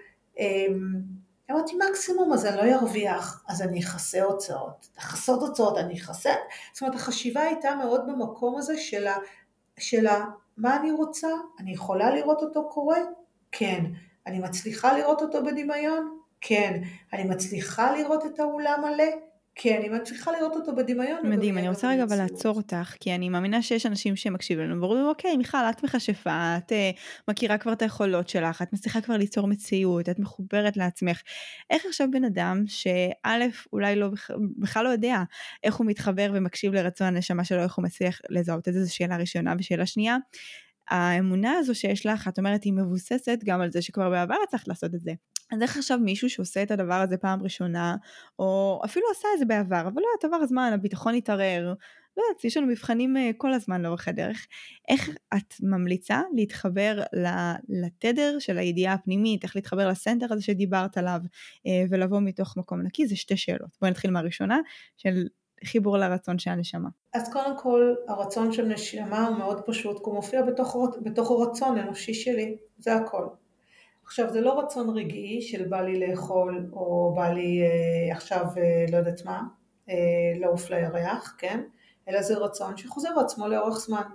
אמרתי מקסימום, אז אני לא ירוויח, אז אני אחסה הוצאות, לחסות הוצאות, אני אחסה, זאת אומרת החשיבה הייתה מאוד במקום הזה שלה, שלה, מה אני רוצה? אני יכולה לראות אותו קורה? כן. אני מצליחה לראות אותו בדמיון? כן. אני מצליחה לראות את האולם מלא? כן, אני מצליחה לראות אותו בדמיון. מדהים, אני רוצה רגע אבל לעצור אותך, כי אני מאמינה שיש אנשים שמקשיבים לנו, ואומרים, אוקיי, מיכל, את מכשפה, את מכירה כבר את היכולות שלך, את מצליחה כבר ליצור מציאות, את מחוברת לעצמך. איך עכשיו בן אדם, שא' אולי לא, בכלל לא יודע, איך הוא מתחבר ומקשיב לרצון הנשמה שלו, איך הוא מצליח לזהות את זה, זו שאלה ראשונה, ושאלה שנייה, האמונה הזו שיש לך, את אומרת, היא מבוססת גם על זה שכבר בעבר צריך לעשות את זה. אז איך עכשיו מישהו שעושה את הדבר הזה פעם ראשונה, או אפילו עשה את זה בעבר, אבל לא, את עבר הזמן, הביטחון יתערער, לא יודעת, יש לנו מבחנים כל הזמן לאורך הדרך. איך את ממליצה להתחבר לתדר של הידיעה הפנימית, איך להתחבר לסנטר הזה שדיברת עליו, ולבוא מתוך מקום נקי? זה שתי שאלות. בואי נתחיל מהראשונה, של חיבור לרצון של הנשמה. אז קודם כל, הרצון של נשמה הוא מאוד פשוט, כי הוא מופיע בתוך, בתוך הרצון האנושי שלי, זה הכל. עכשיו, זה לא רצון רגעי של בא לי לאכול, או בא לי אה, עכשיו, אה, לא יודעת מה, אה, לעוף לירח, כן? אלא זה רצון שחוזר עצמו לאורך זמן.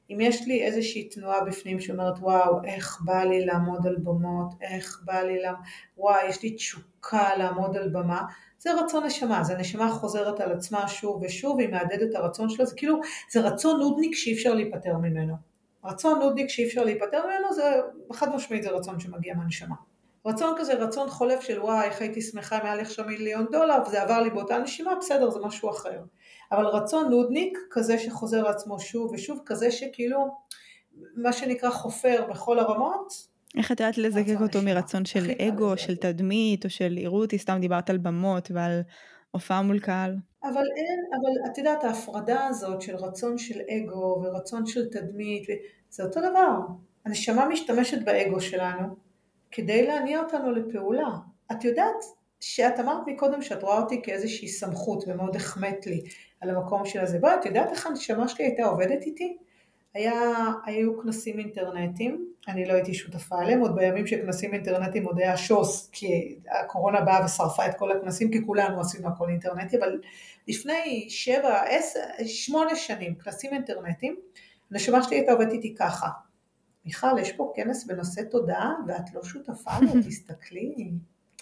אם יש לי איזושהי תנועה בפנים שאומרת, וואו, איך בא לי לעמוד על במות, איך בא לי, לעמוד, וואו, יש לי תשוקה לעמוד על במה, זה רצון נשמה, זה נשמה חוזרת על עצמה שוב ושוב, היא מעדדת את הרצון שלה, זה כאילו, זה רצון נודניק שאי אפשר להיפטר ממנו. רצון נודניק שאי אפשר להיפטר ממנו, זה חד משמעית זה רצון שמגיע מהנשמה. רצון כזה, רצון חולף של וואי, איך הייתי שמחה מעל עכשיו מיליון דולר, וזה עבר לי באותה נשימה, בסדר, זה משהו אחר. אבל רצון נודניק, כזה שחוזר לעצמו שוב ושוב, כזה שכאילו, מה שנקרא חופר בכל הרמות. איך את יודעת לזקק אותו מרצון של אגו, של תדמית, או של עירות, היא סתם דיברת על במות ועל הופעה מול קהל. אבל אין, אבל את יודעת, ההפרדה הזאת של רצון של אגו ורצון של תדמית, זה אותו דבר. הנשמה משתמשת באגו שלנו, כדי להניע אותנו לפעולה. את יודעת שאת אמרת מקודם שאת רואה אותי כאיזושהי סמכות, ומאוד החמאת לי על המקום של הזה. בוא, את יודעת איך הנשמה שלי הייתה עובדת איתי? היה, היו כנסים אינטרנטיים, אני לא הייתי שותפה עליהם, עוד בימים שכנסים אינטרנטיים עוד היה שוס, כי הקורונה באה ושרפה את כל הכנסים, כי כולנו עשינו הכל אינטרנטי, אבל לפני שבע, עשר, שמונה שנים, כנסים אינטרנטיים, הנשמה שלי הייתה עובדת איתי ככה. מיכל, יש פה כנס בנושא תודעה, ואת לא שותפה לו, תסתכלי.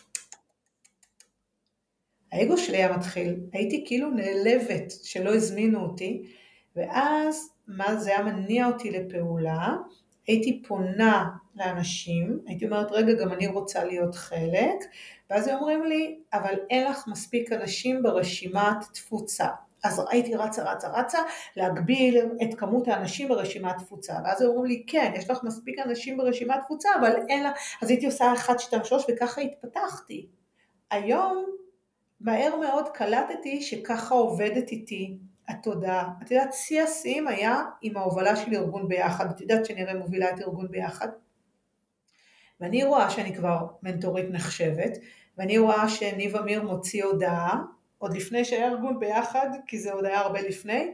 האגו שלי היה מתחיל, הייתי כאילו נעלבת שלא הזמינו אותי, ואז מה זה היה מניע אותי לפעולה, הייתי פונה לאנשים, הייתי אומרת רגע גם אני רוצה להיות חלק, ואז הם אומרים לי אבל אין לך מספיק אנשים ברשימת תפוצה, אז הייתי רצה רצה רצה להגביל את כמות האנשים ברשימת תפוצה, ואז הם אומרים לי כן יש לך מספיק אנשים ברשימת תפוצה אבל אין לה, אז הייתי עושה אחת שתיים שלוש וככה התפתחתי. היום מהר מאוד קלטתי שככה עובדת איתי התודעה. את יודעת, שיא השיאים היה עם ההובלה של ארגון ביחד. את יודעת שנראה מובילה את ארגון ביחד. ואני רואה שאני כבר מנטורית נחשבת, ואני רואה שניב אמיר מוציא הודעה, עוד לפני שהיה ארגון ביחד, כי זה עוד היה הרבה לפני,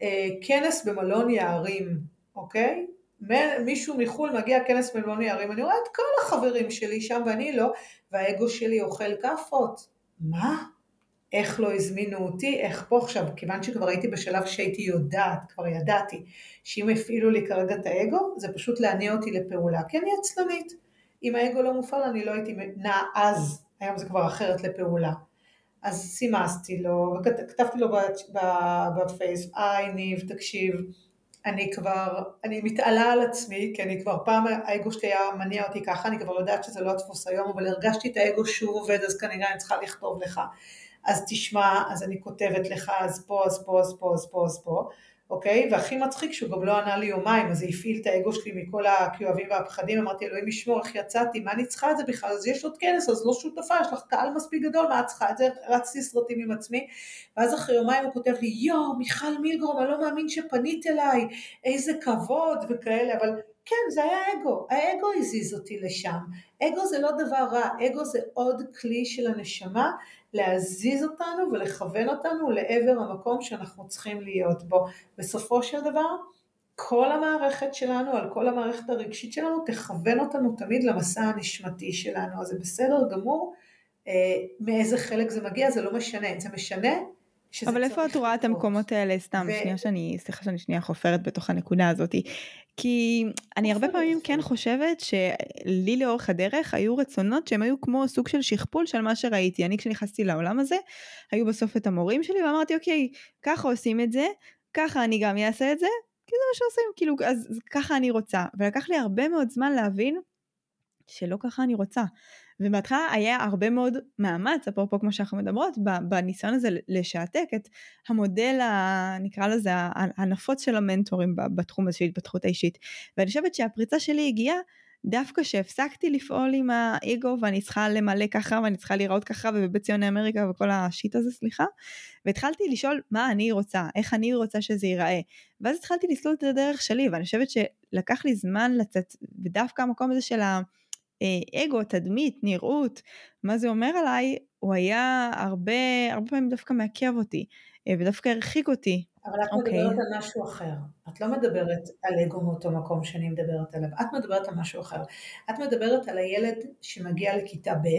כנס במלון יערים, אוקיי? מישהו מחול מגיע כנס במלון יערים, אני רואה את כל החברים שלי שם ואני לא, והאגו שלי אוכל כפות. מה? איך לא הזמינו אותי, איך פה עכשיו, כיוון שכבר הייתי בשלב שהייתי יודעת, כבר ידעתי, שאם הפעילו לי כרגע את האגו, זה פשוט להניע אותי לפעולה, כי אני עצלנית. אם האגו לא מופעל, אני לא הייתי נעה אז, היום זה כבר אחרת לפעולה. אז סימסתי לו, וכתבתי לו בפייס, היי ניב, תקשיב, אני כבר, אני מתעלה על עצמי, כי אני כבר פעם, האגו שלי היה מניע אותי ככה, אני כבר יודעת שזה לא הדפוס היום, אבל הרגשתי את האגו שוב עובד, אז כנראה אני צריכה לכתוב לך. אז תשמע, אז אני כותבת לך, אז פה, אז פה, אז פה, אז פה, אז פה, אוקיי? והכי מצחיק שהוא גם לא ענה לי יומיים, אז זה הפעיל את האגו שלי מכל הכאבים והפחדים, אמרתי, אלוהים ישמור, איך יצאתי, מה אני צריכה את זה בכלל? אז יש עוד כנס, אז לא שותפה, יש לך קהל מספיק גדול, מה את צריכה את זה? רצתי סרטים עם עצמי, ואז אחרי יומיים הוא כותב לי, יו, מיכל מילגרום, אני לא מאמין שפנית אליי, איזה כבוד וכאלה, אבל כן, זה היה אגו, האגו הזיז אותי לשם, אגו זה לא דבר רע, אגו זה עוד כלי של הנשמה, להזיז אותנו ולכוון אותנו לעבר המקום שאנחנו צריכים להיות בו. בסופו של דבר, כל המערכת שלנו, על כל המערכת הרגשית שלנו, תכוון אותנו תמיד למסע הנשמתי שלנו, אז זה בסדר גמור, אה, מאיזה חלק זה מגיע, זה לא משנה, זה משנה, אבל איפה את רואה את המקומות האלה, סתם, ו... שנייה שאני, סליחה שאני שנייה חופרת בתוך הנקודה הזאת, כי אני הרבה פעמים כן חושבת שלי לאורך הדרך היו רצונות שהם היו כמו סוג של שכפול של מה שראיתי, אני כשנכנסתי לעולם הזה, היו בסוף את המורים שלי, ואמרתי אוקיי, ככה עושים את זה, ככה אני גם אעשה את זה, כי זה מה שעושים, כאילו, אז ככה אני רוצה, ולקח לי הרבה מאוד זמן להבין, שלא ככה אני רוצה, ובהתחלה היה הרבה מאוד מאמץ, אפרופו כמו שאנחנו מדברות, בניסיון הזה לשעתק את המודל, נקרא לזה, הנפוץ של המנטורים בתחום הזה של התפתחות האישית, ואני חושבת שהפריצה שלי הגיעה, דווקא שהפסקתי לפעול עם האגו, ואני צריכה למלא ככה, ואני צריכה להיראות ככה, ובבית ציוני אמריקה, וכל השיט הזה, סליחה, והתחלתי לשאול מה אני רוצה, איך אני רוצה שזה ייראה, ואז התחלתי לסלול את הדרך שלי, ואני חושבת שלקח לי זמן לצאת, ודווקא המקום הזה של ה... אגו, תדמית, נראות, מה זה אומר עליי, הוא היה הרבה, הרבה פעמים דווקא מעכב אותי, ודווקא הרחיק אותי. אבל את okay. מדברת על משהו אחר, את לא מדברת על אגו מאותו מקום שאני מדברת עליו, את מדברת על משהו אחר, את מדברת על הילד שמגיע לכיתה ב'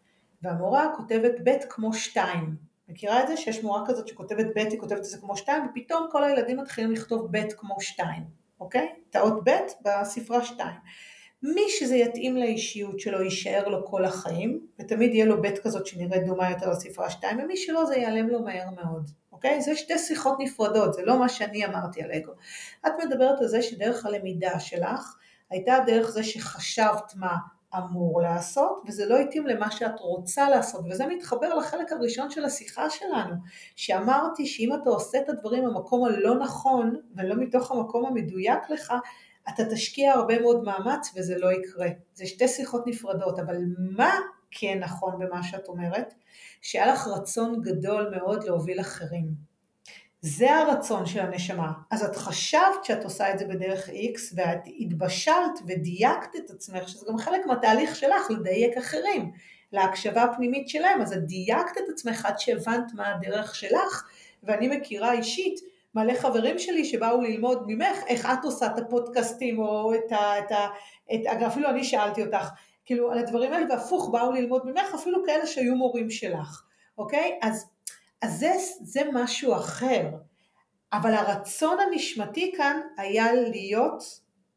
והמורה כותבת ב' כמו שתיים, מכירה את זה שיש מורה כזאת שכותבת ב', היא כותבת את זה כמו שתיים, ופתאום כל הילדים מתחילים לכתוב ב' כמו שתיים, אוקיי? את האות ב' בספרה שתיים. מי שזה יתאים לאישיות שלו יישאר לו כל החיים, ותמיד יהיה לו ב' כזאת שנראית דומה יותר לספרה שתיים, ומי שלא זה ייעלם לו מהר מאוד, אוקיי? זה שתי שיחות נפרדות, זה לא מה שאני אמרתי על אגו. את מדברת על זה שדרך הלמידה שלך, הייתה דרך זה שחשבת מה אמור לעשות, וזה לא התאים למה שאת רוצה לעשות, וזה מתחבר לחלק הראשון של השיחה שלנו, שאמרתי שאם אתה עושה את הדברים במקום הלא נכון, ולא מתוך המקום המדויק לך, אתה תשקיע הרבה מאוד מאמץ וזה לא יקרה. זה שתי שיחות נפרדות, אבל מה כן נכון במה שאת אומרת? שהיה לך רצון גדול מאוד להוביל אחרים. זה הרצון של הנשמה. אז את חשבת שאת עושה את זה בדרך X, ואת התבשלת ודייקת את עצמך, שזה גם חלק מהתהליך שלך, לדייק אחרים, להקשבה הפנימית שלהם, אז את דייקת את עצמך עד שהבנת מה הדרך שלך, ואני מכירה אישית, מלא חברים שלי שבאו ללמוד ממך, איך את עושה את הפודקאסטים, או את ה... את ה את, אגב, אפילו אני שאלתי אותך, כאילו על הדברים האלה, והפוך באו ללמוד ממך, אפילו כאלה שהיו מורים שלך, אוקיי? אז, אז זה, זה משהו אחר, אבל הרצון הנשמתי כאן היה להיות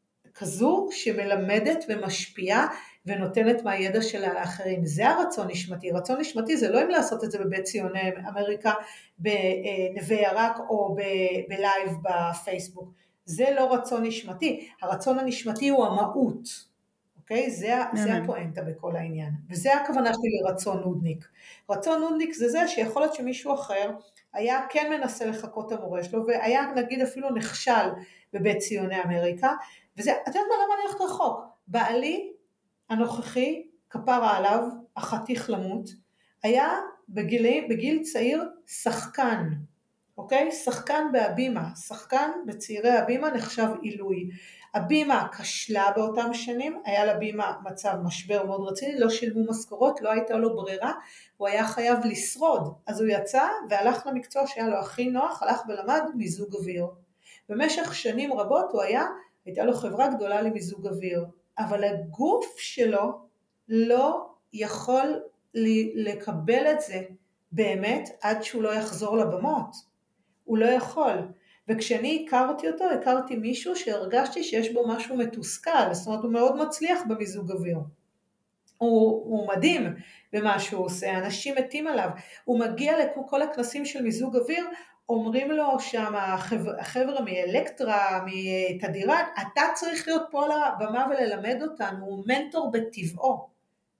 כזו שמלמדת ומשפיעה ונותנת מהידע שלה לאחרים. זה הרצון נשמתי. רצון נשמתי זה לא אם לעשות את זה בבית ציוני אמריקה, בנווה ירק או בלייב בפייסבוק. זה לא רצון נשמתי. הרצון הנשמתי הוא המהות. אוקיי? זה, זה הפואנטה בכל העניין. וזה הכוונה שלי לרצון נודניק. רצון נודניק זה זה שיכול להיות שמישהו אחר היה כן מנסה לחכות המורה שלו, והיה נגיד אפילו נכשל בבית ציוני אמריקה, וזה, את יודעת מה, למה אני הולכת רחוק? בעלי הנוכחי, כפרה עליו, החתיך למות, היה בגיל, בגיל צעיר שחקן, אוקיי? שחקן בהבימה, שחקן בצעירי הבימה נחשב עילוי. הבימה כשלה באותם שנים, היה לבימה מצב משבר מאוד רציני, לא שילמו משכורות, לא הייתה לו ברירה, הוא היה חייב לשרוד, אז הוא יצא והלך למקצוע שהיה לו הכי נוח, הלך ולמד מיזוג אוויר. במשך שנים רבות הוא היה, הייתה לו חברה גדולה למיזוג אוויר, אבל הגוף שלו לא יכול לקבל את זה באמת עד שהוא לא יחזור לבמות, הוא לא יכול. וכשאני הכרתי אותו, הכרתי מישהו שהרגשתי שיש בו משהו מתוסכל, זאת אומרת הוא מאוד מצליח במיזוג אוויר. הוא, הוא מדהים במה שהוא עושה, אנשים מתים עליו, הוא מגיע לכל הכנסים של מיזוג אוויר, אומרים לו שם החבר, החבר'ה מאלקטרה, מתדירן, אתה צריך להיות פה על הבמה וללמד אותנו, הוא מנטור בטבעו.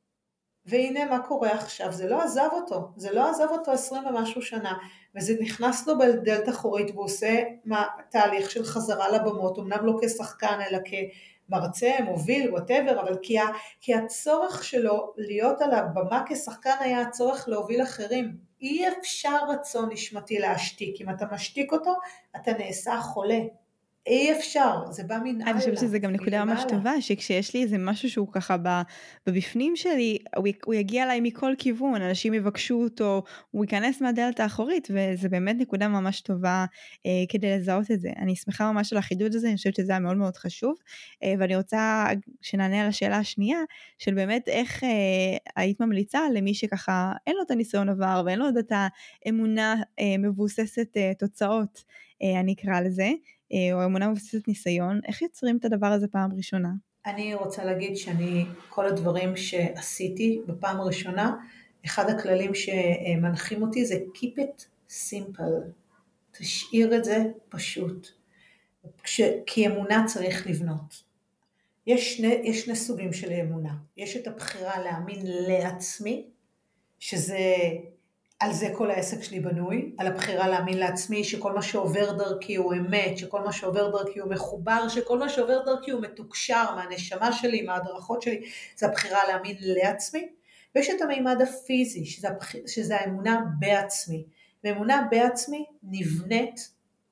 והנה מה קורה עכשיו, זה לא עזב אותו, זה לא עזב אותו עשרים ומשהו שנה, וזה נכנס לו בדלת אחורית, והוא עושה מה, תהליך של חזרה לבמות, אמנם לא כשחקן, אלא כמרצה, מוביל, whatever, אבל כי, ה, כי הצורך שלו להיות על הבמה כשחקן, היה הצורך להוביל אחרים. אי אפשר רצון נשמתי להשתיק, אם אתה משתיק אותו, אתה נעשה חולה. אי אפשר, זה בא מן הלאה. אני חושבת שזה גם נקודה ממש טובה, שכשיש לי איזה משהו שהוא ככה בבפנים שלי, הוא, הוא יגיע אליי מכל כיוון, אנשים יבקשו אותו, הוא ייכנס מהדלת האחורית, וזה באמת נקודה ממש טובה אה, כדי לזהות את זה. אני שמחה ממש על החידוד הזה, אני חושבת שזה היה מאוד מאוד חשוב, אה, ואני רוצה שנענה על השאלה השנייה, של באמת איך אה, היית ממליצה למי שככה אין לו את הניסיון עבר, ואין לו את האמונה אה, מבוססת אה, תוצאות, אה, אני אקרא לזה, או אמונה מבוססת ניסיון, איך יוצרים את הדבר הזה פעם ראשונה? אני רוצה להגיד שאני, כל הדברים שעשיתי בפעם ראשונה, אחד הכללים שמנחים אותי זה keep it simple, תשאיר את זה פשוט, כש, כי אמונה צריך לבנות. יש שני, יש שני סוגים של אמונה, יש את הבחירה להאמין לעצמי, שזה... על זה כל העסק שלי בנוי, על הבחירה להאמין לעצמי, שכל מה שעובר דרכי הוא אמת, שכל מה שעובר דרכי הוא מחובר, שכל מה שעובר דרכי הוא מתוקשר מהנשמה שלי, מההדרכות שלי, זה הבחירה להאמין לעצמי, ויש את המימד הפיזי, שזה, הבח... שזה האמונה בעצמי, ואמונה בעצמי נבנית,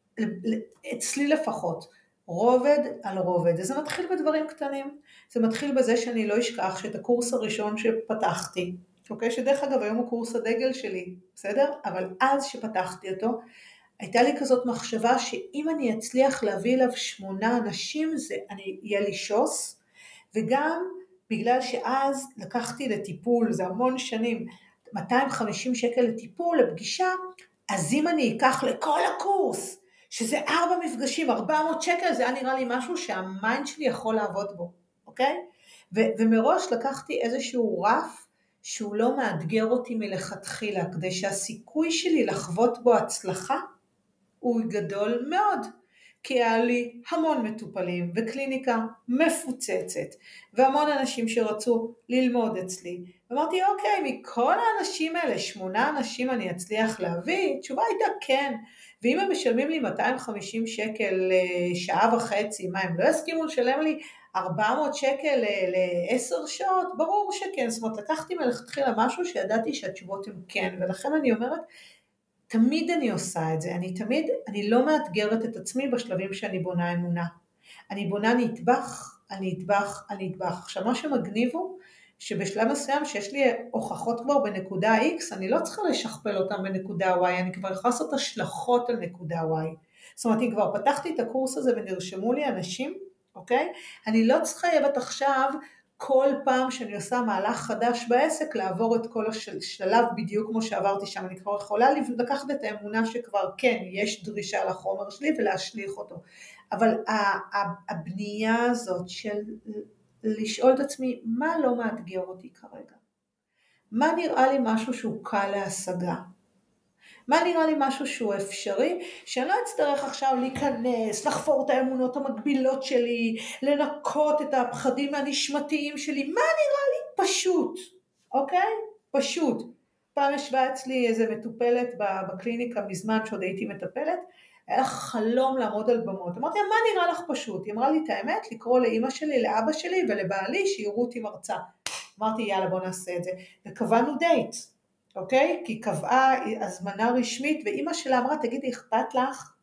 אצלי לפחות, רובד על רובד, זה מתחיל בדברים קטנים, זה מתחיל בזה שאני לא אשכח שאת הקורס הראשון שפתחתי, אוקיי, שדרך אגב היום הוא קורס הדגל שלי, בסדר? אבל אז שפתחתי אותו, הייתה לי כזאת מחשבה שאם אני אצליח להביא אליו שמונה אנשים, זה אני יהיה לי שוס, וגם בגלל שאז לקחתי לטיפול, זה המון שנים, מאתיים וחמישים שקל לטיפול, לפגישה, אז אם אני אקח לכל הקורס שזה ארבע מפגשים, ארבע מאות שקל, זה היה נראה לי משהו שהמיינד שלי יכול לעבוד בו, אוקיי? ו- ומראש לקחתי איזשהו רף, שהוא לא מאתגר אותי מלכתחילה, כדי שהסיכוי שלי לחוות בו הצלחה, הוא גדול מאוד. כי היה לי המון מטופלים וקליניקה מפוצצת והמון אנשים שרצו ללמוד אצלי. ואמרתי אוקיי, מכל האנשים האלה, שמונה אנשים אני אצליח להביא? תשובה הייתה כן. ואם הם משלמים לי מאתיים וחמישים שקל לשעה וחצי, מה הם לא יסכימו לשלם לי ארבע מאות שקל לעשר שעות? ברור שכן. זאת אומרת, לקחתי מלכתחילה משהו שידעתי שהתשובות הן כן, ולכן אני אומרת, תמיד אני עושה את זה, אני תמיד, אני לא מאתגרת את עצמי בשלבים שאני בונה אמונה. אני בונה נדבך, אני נדבך, אני נדבך. עכשיו מה שמגניב הוא, שבשלב מסוים שיש לי הוכחות כבר בנקודה X, אני לא צריכה לשכפל אותם בנקודה Y, אני כבר יכולה לעשות השלכות על נקודה Y. זאת אומרת, אם כבר פתחתי את הקורס הזה ונרשמו לי אנשים, אוקיי? אני לא צריכה יבת עכשיו, כל פעם שאני עושה מהלך חדש בעסק, לעבור את כל השלב בדיוק כמו שעברתי שם, אני כבר יכולה לקחת את האמונה שכבר כן, יש דרישה לחומר שלי ולהשליך אותו. אבל הבנייה הזאת של לשאול את עצמי, מה לא מאתגר אותי כרגע? מה נראה לי משהו שהוא קל להשגה? מה נראה לי משהו שהוא אפשרי, שאני לא אצטרך עכשיו להיכנס, לחפור את האמונות המקבילות שלי, לנקות את הפחדים הנשמתיים שלי, מה נראה לי? פשוט, אוקיי? פשוט. פעם ישבה אצלי איזה מטופלת בקליניקה מזמן שעוד הייתי מטפלת, היה לך חלום לעמוד על במות, אמרתי, מה נראה לך פשוט? היא אמרה לי את האמת, לקרוא לאמא שלי, לאבא שלי ולבעלי שיראו אותי מרצה. אמרתי, יאללה בוא נעשה את זה, וקבענו דייט. אוקיי? כי קבעה הזמנה רשמית, ואימא שלה אמרה, תגידי, אכפת לך?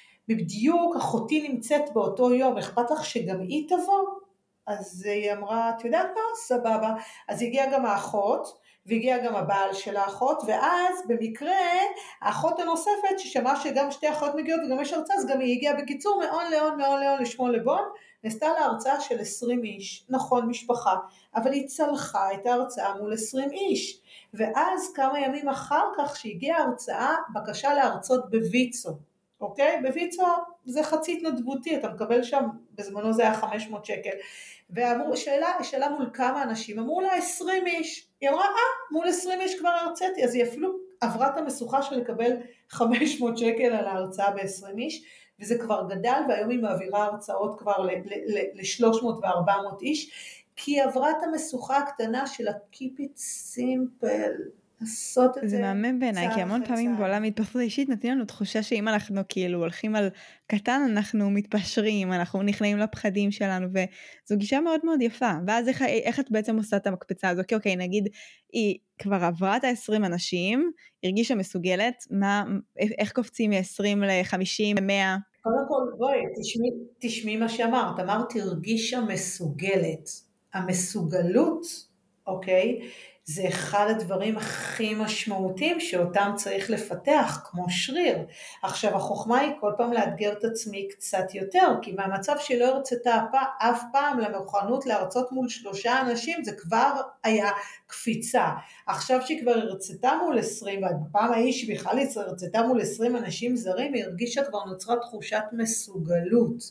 בדיוק אחותי נמצאת באותו יום, אכפת לך שגם היא תבוא? אז היא אמרה, את יודעת מה? סבבה. אז הגיעה גם האחות, והגיעה גם הבעל של האחות, ואז במקרה, האחות הנוספת, ששמעה שגם שתי אחות מגיעות וגם יש הרצאה, אז גם היא הגיעה בקיצור, מאון לאון, מאון לאון, לשמון לבון, נעשתה לה הרצאה של עשרים איש, נכון משפחה, אבל היא צלחה את ההרצאה מול עשרים איש, ואז כמה ימים אחר כך שהגיעה ההרצאה, בקשה להרצות בויצו, אוקיי? בויצו זה חצי התנדבותי, אתה מקבל שם, בזמנו זה היה חמש מאות שקל, ואמרו, שאלה, שאלה מול כמה אנשים, אמרו לה עשרים איש, היא אמרה, אה, מול עשרים איש כבר הרציתי, אז היא אפילו עברה את המשוכה של לקבל חמש מאות שקל על ההרצאה ב-עשרים איש, וזה כבר גדל, והיום היא מעבירה הרצאות כבר ל-שלוש מאות ו-ארבע מאות איש, כי היא עברה את המשוכה הקטנה של ה-keep it simple, לעשות את זה. זה מהמם בעיניי, כי המון פעמים בעולם ההתפתחות האישית נותנים לנו תחושה שאם אנחנו כאילו הולכים על קטן, אנחנו מתפשרים, אנחנו נכנעים לפחדים שלנו, וזו גישה מאוד מאוד יפה. ואז איך, איך את בעצם עושה את המקפצה הזו? אוקיי, אוקיי, נגיד, היא כבר עברה את ה-עשרים אנשים, הרגישה מסוגלת, מה, איך קופצים מ-עשרים ל-חמישים, מאה? קודם כל, בואי, תשמעי, תשמעי מה שאמרת, אמרת, הרגישה מסוגלת. המסוגלות, אוקיי, זה אחד הדברים הכי משמעותיים שאותם צריך לפתח, כמו שריר. עכשיו, החוכמה היא כל פעם לאתגר את עצמי קצת יותר, כי מהמצב שלא הרצתה אף פעם למוכנות להרצות מול שלושה אנשים, זה כבר היה קפיצה. עכשיו שהיא כבר הרצתה מול עשרים, ובפעם ההיא שבכלל היא הרצתה מול עשרים אנשים זרים, היא הרגישה כבר נוצרה תחושת מסוגלות.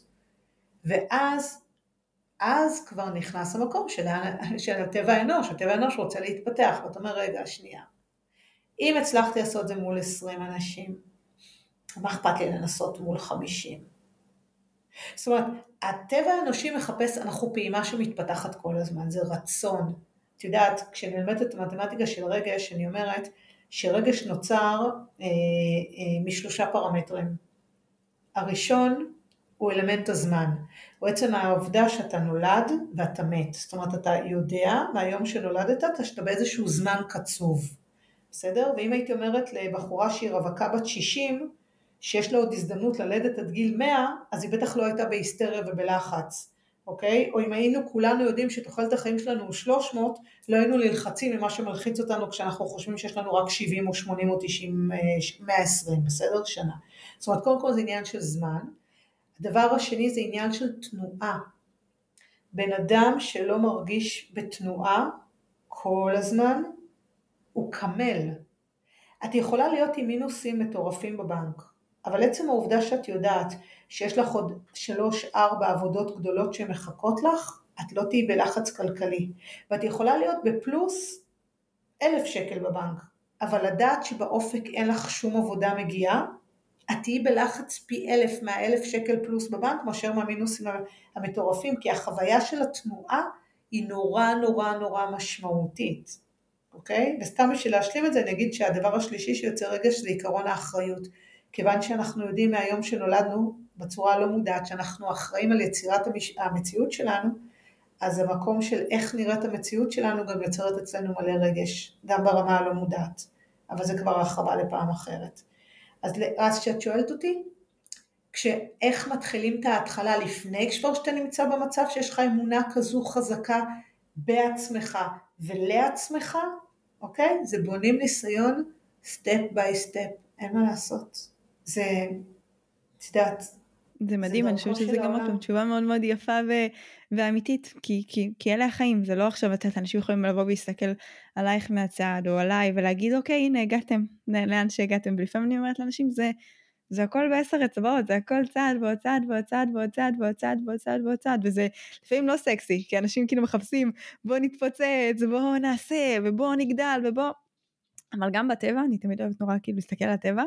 ואז, אז כבר נכנס המקום של, של הטבע האנוש, הטבע האנוש רוצה להתפתח, ואת אומר, רגע, שנייה, אם הצלחתי לעשות את זה מול עשרים אנשים, מה אכפת לי לנסות מול חמישים? זאת אומרת, הטבע האנושי מחפש, אנחנו פעימה שמתפתחת כל הזמן, זה רצון. את יודעת, כשאני לומדת את המתמטיקה של רגש, אני אומרת שרגש נוצר אה, אה, משלושה פרמטרים. הראשון, הוא אלמנט הזמן, הוא עצם העובדה שאתה נולד ואתה מת, זאת אומרת אתה יודע מהיום שנולדת שאתה באיזשהו זמן קצוב, בסדר? ואם הייתי אומרת לבחורה שהיא רווקה בת שישים, שיש לה עוד הזדמנות ללדת עד גיל מאה, אז היא בטח לא הייתה בהיסטריה ובלחץ, אוקיי? או אם היינו כולנו יודעים שתוחלת החיים שלנו הוא שלוש מאות, לא היינו ללחצים למה שמלחיץ אותנו כשאנחנו חושבים שיש לנו רק שבעים או שמונים או תשעים, מאה ועשרים, בסדר? שנה. זאת אומרת, קודם כל זה עניין של זמן. הדבר השני זה עניין של תנועה. בן אדם שלא מרגיש בתנועה כל הזמן, הוא קמל. את יכולה להיות עם מינוסים מטורפים בבנק, אבל עצם העובדה שאת יודעת שיש לך עוד שלוש, ארבע עבודות גדולות שמחכות לך, את לא תהי בלחץ כלכלי. ואת יכולה להיות בפלוס אלף שקל בבנק, אבל לדעת שבאופק אין לך שום עבודה מגיעה, את תהי בלחץ פי אלף מהאלף שקל פלוס בבנק, מאשר מהמינוסים המטורפים, כי החוויה של התנועה היא נורא נורא נורא משמעותית. אוקיי? וסתם בשביל להשלים את זה, נגיד שהדבר השלישי שיוצא רגש זה עיקרון האחריות. כיוון שאנחנו יודעים מהיום שנולדנו, בצורה לא מודעת, שאנחנו אחראים על יצירת המציאות שלנו, אז המקום של איך נראית המציאות שלנו גם יוצרת אצלנו מלא רגש, גם ברמה הלא מודעת. אבל זה כבר הרחבה לפעם אחרת. אז, אז כשאת שואלת אותי, כשאיך מתחילים את ההתחלה לפני כשכבר שאתה נמצא במצב שיש לך אמונה כזו חזקה בעצמך ולעצמך, אוקיי? זה בונים ניסיון סטפ ביי סטפ, אין מה לעשות. זה, תדעת, זה מדהים, אני חושבת שזה גם עוד תשובה מאוד מאוד יפה ו- ואמיתית, כי, כי, כי אלה החיים, זה לא עכשיו לתת, אנשים יכולים לבוא ולהסתכל עלייך מהצד או עליי ולהגיד, אוקיי, הנה הגעתם, לאן שהגעתם, ולפעמים אני אומרת לאנשים, זה, זה הכל בעשר אצבעות, זה הכל צעד ועוד צעד ועוד צעד ועוד צעד ועוד צעד ועוד צעד ועוד צעד, וזה לפעמים לא סקסי, כי אנשים כאילו מחפשים, בוא נתפוצץ, בוא נעשה, ובוא נגדל, ובוא, אבל גם בטבע, אני תמיד אוהבת נורא כאילו להסתכל על הטבע,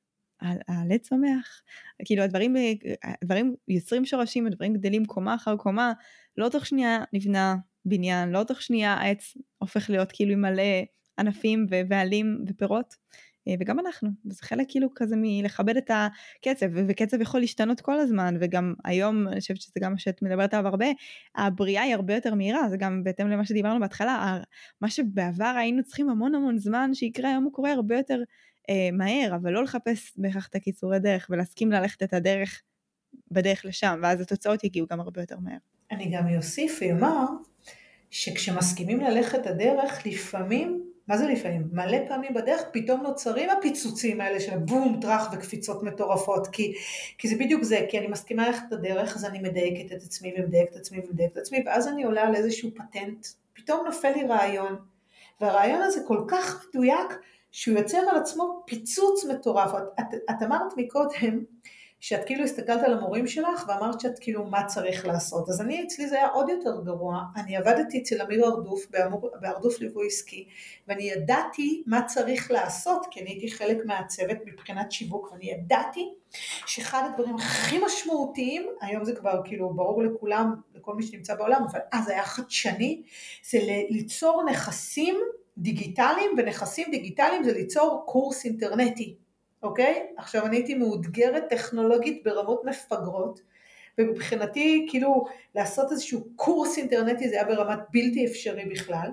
העלה צומח, כאילו הדברים, הדברים יוצרים שורשים, הדברים גדלים קומה אחר קומה, לא תוך שנייה נבנה בניין, לא תוך שנייה העץ הופך להיות כאילו עם מלא ענפים ובעלים ופירות, וגם אנחנו, וזה חלק כאילו כזה מלכבד את הקצב, וקצב יכול להשתנות כל הזמן, וגם היום, אני חושבת שזה גם מה שאת מדברת עליו הרבה, הבריאה היא הרבה יותר מהירה, זה גם בהתאם למה שדיברנו בהתחלה, מה שבעבר היינו צריכים המון המון זמן שיקרה, היום הוא קורה הרבה יותר אה, מהר, אבל לא לחפש בהכרח את הקיצורי דרך, ולהסכים ללכת את הדרך בדרך לשם, ואז התוצאות יגיעו גם הרבה יותר מהר. אני גם יוסיף ויאמר, שכשמסכימים ללכת הדרך, לפעמים, מה זה לפעמים? מלא פעמים בדרך, פתאום נוצרים הפיצוצים האלה של בום, טרח וקפיצות מטורפות, כי, כי זה בדיוק זה, כי אני מסכימה ללכת הדרך, אז אני מדייקת את עצמי ומדייקת את עצמי ומדייקת את עצמי, ואז אני עולה על איזשהו פטנט, פתאום נופל לי רעיון, והרעיון הזה כל כך מדויק, שהוא יוצר על עצמו פיצוץ מטורף. את, את, את אמרת מקודם, שאת כאילו הסתכלת על המורים שלך, ואמרת שאת כאילו מה צריך לעשות. אז אני, אצלי זה היה עוד יותר גרוע, אני עבדתי אצל אמיר ארדוף, בארדוף ליווי עסקי, ואני ידעתי מה צריך לעשות, כי אני הייתי חלק מהצוות מבחינת שיווק, ואני ידעתי שאחד הדברים הכי משמעותיים, היום זה כבר כאילו ברור לכולם, לכל מי שנמצא בעולם, אבל אז היה חדשני, זה ליצור נכסים דיגיטליים, ונכסים דיגיטליים זה ליצור קורס אינטרנטי. אוקיי? עכשיו אני הייתי מאותגרת טכנולוגית ברמות מפגרות, ובבחינתי כאילו לעשות איזשהו קורס אינטרנטי זה היה ברמת בלתי אפשרי בכלל,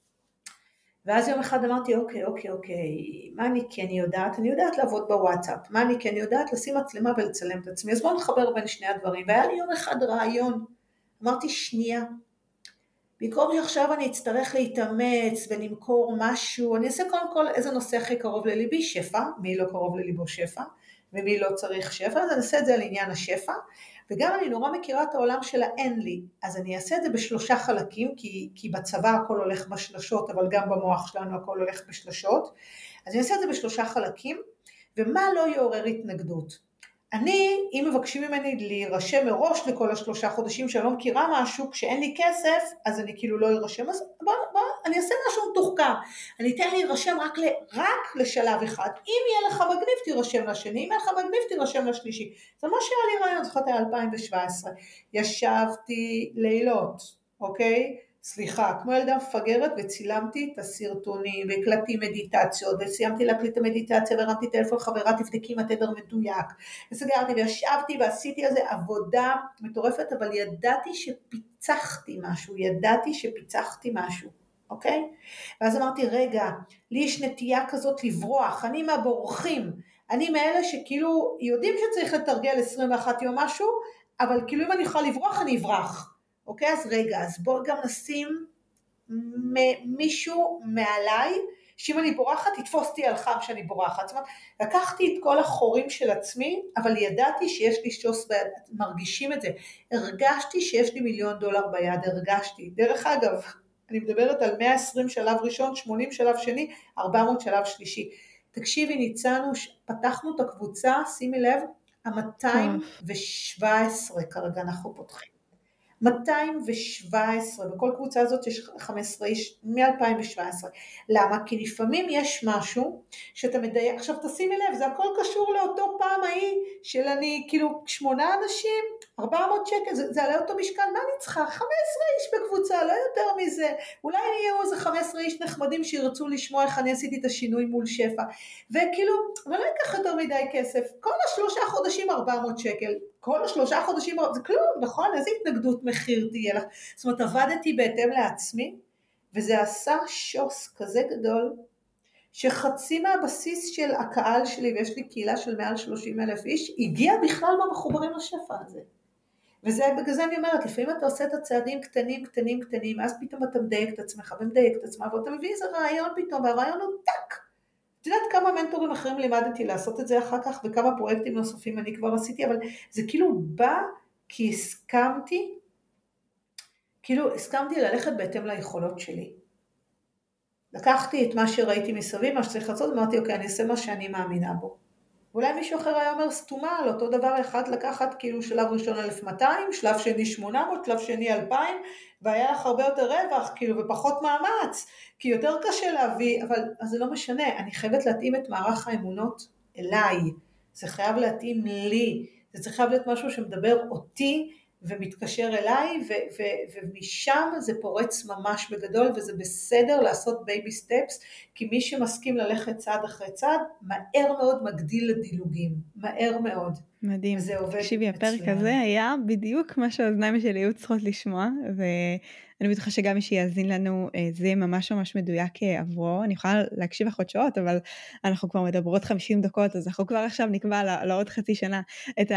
ואז יום אחד אמרתי אוקיי, אוקיי, אוקיי, מה אני כן יודעת? אני יודעת לעבוד בוואטסאפ, מה אני כן יודעת? לשים מצלמה ולצלם את עצמי, אז בואו נחבר בין שני הדברים, והיה לי יום אחד רעיון, אמרתי שנייה, במקום שעכשיו אני אצטרך להתאמץ ולמכור משהו, אני אעשה קודם כל איזה נושא הכי קרוב לליבי, שפע, מי לא קרוב לליבו שפע, ומי לא צריך שפע, אז אני אעשה את זה על עניין השפע, וגם אני נורא מכירה את העולם של האין לי, אז אני אעשה את זה בשלושה חלקים, כי, כי בצבא הכל הולך בשלשות, אבל גם במוח שלנו הכל הולך בשלשות, אז אני אעשה את זה בשלושה חלקים, ומה לא יעורר התנגדות? אני, אם מבקשים ממני להירשם מראש לכל השלושה חודשים שאני לא מכירה משהו, כשאין לי כסף, אז אני כאילו לא יירשם, אז בוא, בוא, אני אעשה משהו מתוחכם, אני אתן להירשם רק, ל, רק לשלב אחד, אם יהיה לך מגניב תירשם לשני, אם יהיה לך מגניב תירשם לשלישי, זה מה שהיה לי רעיון, זאת היה אלפיים שבע עשרה, ישבתי לילות, אוקיי? סליחה, כמו ילדה מפגרת, וצילמתי את הסרטונים, והקלטתי מדיטציות, וסיימתי להקליט את המדיטציה, והרמתי טלפון חברה, תבדקי אם התדר מדויק, וסגרתי וישבתי ועשיתי על זה עבודה מטורפת, אבל ידעתי שפיצחתי משהו, ידעתי שפיצחתי משהו, אוקיי? ואז אמרתי, רגע, לי יש נטייה כזאת לברוח, אני מהבורחים, אני מאלה שכאילו יודעים שצריך לתרגל עשרים ואחת יום משהו, אבל כאילו אם אני יכולה לברוח, אני אברח. אוקיי, אז רגע, אז בואו גם נשים מישהו מעליי, שאם אני בורחת, תתפוס אותי על חם שאני בורחת. זאת אומרת, לקחתי את כל החורים של עצמי, אבל ידעתי שיש לי שוס ביד, מרגישים את זה. הרגשתי שיש לי מיליון דולר ביד, הרגשתי. דרך אגב, אני מדברת על מאה ועשרים שלב ראשון, שמונים שלב שני, ארבע מאות שלב שלישי. תקשיבי, ניצלנו, פתחנו את הקבוצה, שימי לב, ה-מאתיים שבע עשרה כרגע אנחנו פותחים. מאתיים שבע עשרה, בכל קבוצה הזאת יש חמש עשרה איש מ-אלפיים שבע עשרה. למה? כי לפעמים יש משהו שאתה מדייק, עכשיו תשימי לב, זה הכל קשור לאותו פעם ההיא של אני, כאילו שמונה אנשים, ארבע מאות שקל, זה, זה עלה אותו משקל, מה אני צריכה? חמש עשרה איש בקבוצה, לא יותר מזה. אולי יהיו איזה חמש עשרה איש נחמדים שירצו לשמוע איך אני עשיתי את השינוי מול שפע. וכאילו, ולא ייקח יותר מדי כסף, כל השלושה חודשים ארבע מאות שקל, כל השלושה חודשים, זה כלום, נכון? איזה התנגדות מחיר תהיה לך? זאת אומרת, עבדתי בהתאם לעצמי, וזה עשה שוס כזה גדול, שחצי מהבסיס של הקהל שלי, ויש לי קהילה של מעל שלושים אלף איש, הגיע בכלל מהמחוברים לשפע הזה. וזה, בגלל זה אני אומרת, לפעמים אתה עושה את הצעדים קטנים, קטנים, קטנים, אז פתאום אתה מדייק את עצמך, ומדייק את עצמך, ואתה מביא איזה רעיון פתאום, והרעיון הוא טק. את יודעת כמה מנטורים אחרים לימדתי לעשות את זה אחר כך, וכמה פרויקטים נוספים אני כבר עשיתי, אבל זה כאילו בא כי הסכמתי, כאילו הסכמתי ללכת בהתאם ליכולות שלי. לקחתי את מה שראיתי מסביב, מה שצריך לעשות, אמרתי, אוקיי, אני אעשה מה שאני מאמינה בו. ואולי מישהו אחר היה אומר סתומה, על אותו דבר אחד לקחת, כאילו שלב ראשון אלף ומאתיים, שלב שני שמונה מאות, שלב שני אלפיים, והיה לך הרבה יותר רווח, כאילו, ופחות מאמץ, כי יותר קשה להביא, אבל אז זה לא משנה, אני חייבת להתאים את מערך האמונות אליי, זה חייב להתאים לי, זה צריך להיות משהו שמדבר אותי, ומתקשר אליי, ו- ו- ומשם זה פורץ ממש בגדול, וזה בסדר לעשות בייבי סטפס, כי מי שמסכים ללכת צעד אחרי צעד, מהר מאוד מגדיל לדילוגים, מהר מאוד. מדהים. תקשיבי, הפרק הזה היה בדיוק מה שהאוזניים שלי היו צריכות לשמוע, ואני בטוחה שגם מי שיאזין לנו, זה יהיה ממש ממש מדויק עבורו. אני יכולה להקשיב לך עוד שעות, אבל אנחנו כבר מדברות חמישים דקות, אז אנחנו כבר עכשיו נקבע לעוד חצי שנה את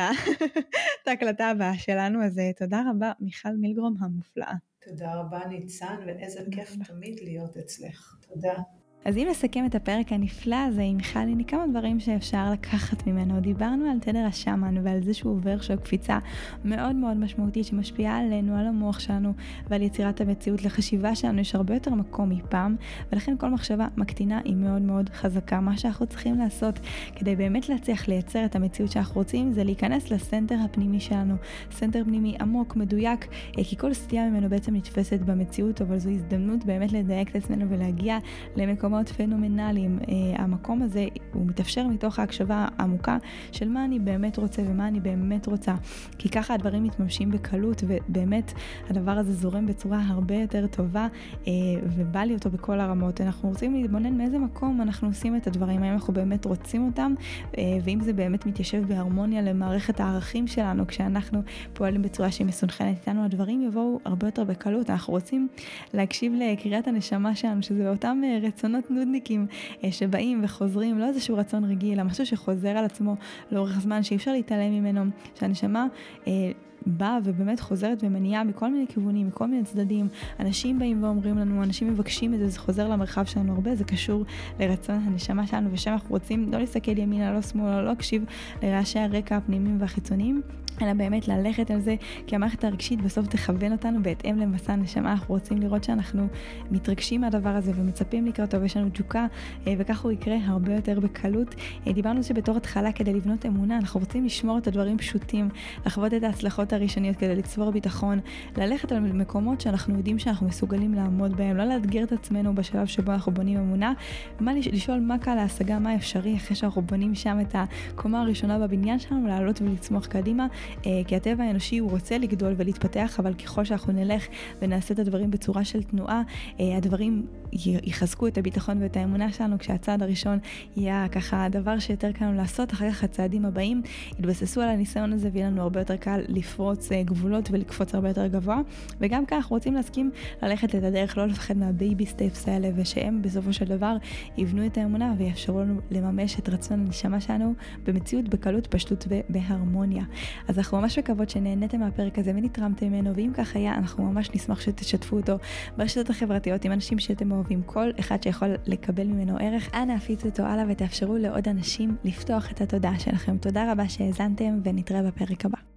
ההקלטה הבאה שלנו, אז תודה רבה, מיכל מילגרום המופלאה. תודה רבה ניצן, ואיזה כיף תמיד להיות אצלך. תודה. אז אם נסכם את הפרק הנפלא הזה עם מיכל, הנה כמה דברים שאפשר לקחת ממנו. דיברנו על תדר השמן ועל זה שהוא עובר של קפיצה מאוד מאוד משמעותית שמשפיעה עלינו, על המוח שלנו ועל יצירת המציאות. לחשיבה שלנו יש הרבה יותר מקום מפעם, ולכן כל מחשבה מקטינה היא מאוד מאוד חזקה. מה שאנחנו צריכים לעשות כדי באמת להצליח לייצר את המציאות שאנחנו רוצים, זה להיכנס לסנטר הפנימי שלנו, סנטר פנימי עמוק, מדויק, כי כל סטייה ממנו בעצם נתפסת במציאות, אבל זו הזדמנות באמת לדייק את עצמנו ולהגיע למקום מאוד פנומנליים. Uh, המקום הזה הוא מתאפשר מתוך ההקשבה העמוקה של מה אני באמת רוצה ומה אני באמת רוצה, כי ככה הדברים מתממשים בקלות, ובאמת הדבר הזה זורם בצורה הרבה יותר טובה, uh, ובא לי אותו בכל הרמות. אנחנו רוצים להתבונן מאיזה מקום אנחנו עושים את הדברים, האם אנחנו באמת רוצים אותם, uh, ואם זה באמת מתיישב בהרמוניה למערכת הערכים שלנו, כשאנחנו פועלים בצורה שהיא מסונכנת איתנו, הדברים יבואו הרבה יותר בקלות. אנחנו רוצים להקשיב לקריאת הנשמה שלנו, שזה באותם רצונות נודניקים שבאים וחוזרים, לא איזשהו רצון רגיל, אלא משהו שחוזר על עצמו לאורך זמן, שאי אפשר להתעלם ממנו, שהנשמה אה, באה ובאמת חוזרת ומניעה מכל מיני כיוונים, מכל מיני צדדים. אנשים באים ואומרים לנו, אנשים מבקשים את זה, זה חוזר למרחב שלנו הרבה, זה קשור לרצון הנשמה שלנו, ושם אנחנו רוצים לא להסתכל ימינה, לא שמאלה, לא להקשיב לרעשי הרקע הפנימיים והחיצוניים, אלא באמת ללכת על זה, כי המערכת הרגשית בסוף תכוון אותנו בהתאם למסע הנשמה. אנחנו רוצים לראות שאנחנו מתרגשים מהדבר הזה ומצפים לקראתו, ויש לנו תשוקה, וכך הוא יקרה הרבה יותר בקלות. דיברנו שבתור התחלה, כדי לבנות אמונה, אנחנו רוצים לשמור את הדברים פשוטים, לחוות את ההצלחות הראשוניות כדי לצבור ביטחון, ללכת על מקומות שאנחנו יודעים שאנחנו מסוגלים לעמוד בהם, לא לאתגר את עצמנו בשלב שבו אנחנו בונים אמונה, מה לשאול מה קל להשגה, מה אפשרי אחרי שאנחנו בונים שם את הקומה הראשונה בבניין שלנו, לעלות ולצמוח קדימה. כי הטבע האנושי הוא רוצה לגדול ולהתפתח, אבל ככל שאנחנו נלך ונעשה את הדברים בצורה של תנועה, הדברים יחזקו את הביטחון ואת האמונה שלנו, כשהצעד הראשון יהיה ככה הדבר שיותר קל לנו לעשות, אחר כך הצעדים הבאים יתבססו על הניסיון הזה, ויהיה לנו הרבה יותר קל לפרוץ גבולות ולקפוץ הרבה יותר גבוה. וגם כך רוצים להסכים ללכת את הדרך, לא לפחד מהבייבי סטפס האלה, ושהם בסופו של דבר יבנו את האמונה ויאפשרו לנו לממש את רצון הנשמה שלנו במציאות, בקלות, פשטות ובהרמוניה. אז אנחנו ממש מקוות שנהנתם מהפרק הזה ונתרמתם ממנו, ואם כך היה, אנחנו ממש נשמח שתשתפו אותו ברשתות החברתיות עם אנשים שאתם אוהבים, כל אחד שיכול לקבל ממנו ערך. אנא הפיצו אותו הלאה ותאפשרו לעוד אנשים לפתוח את התודעה שלכם. תודה רבה שהאזנתם, ונתראה בפרק הבא.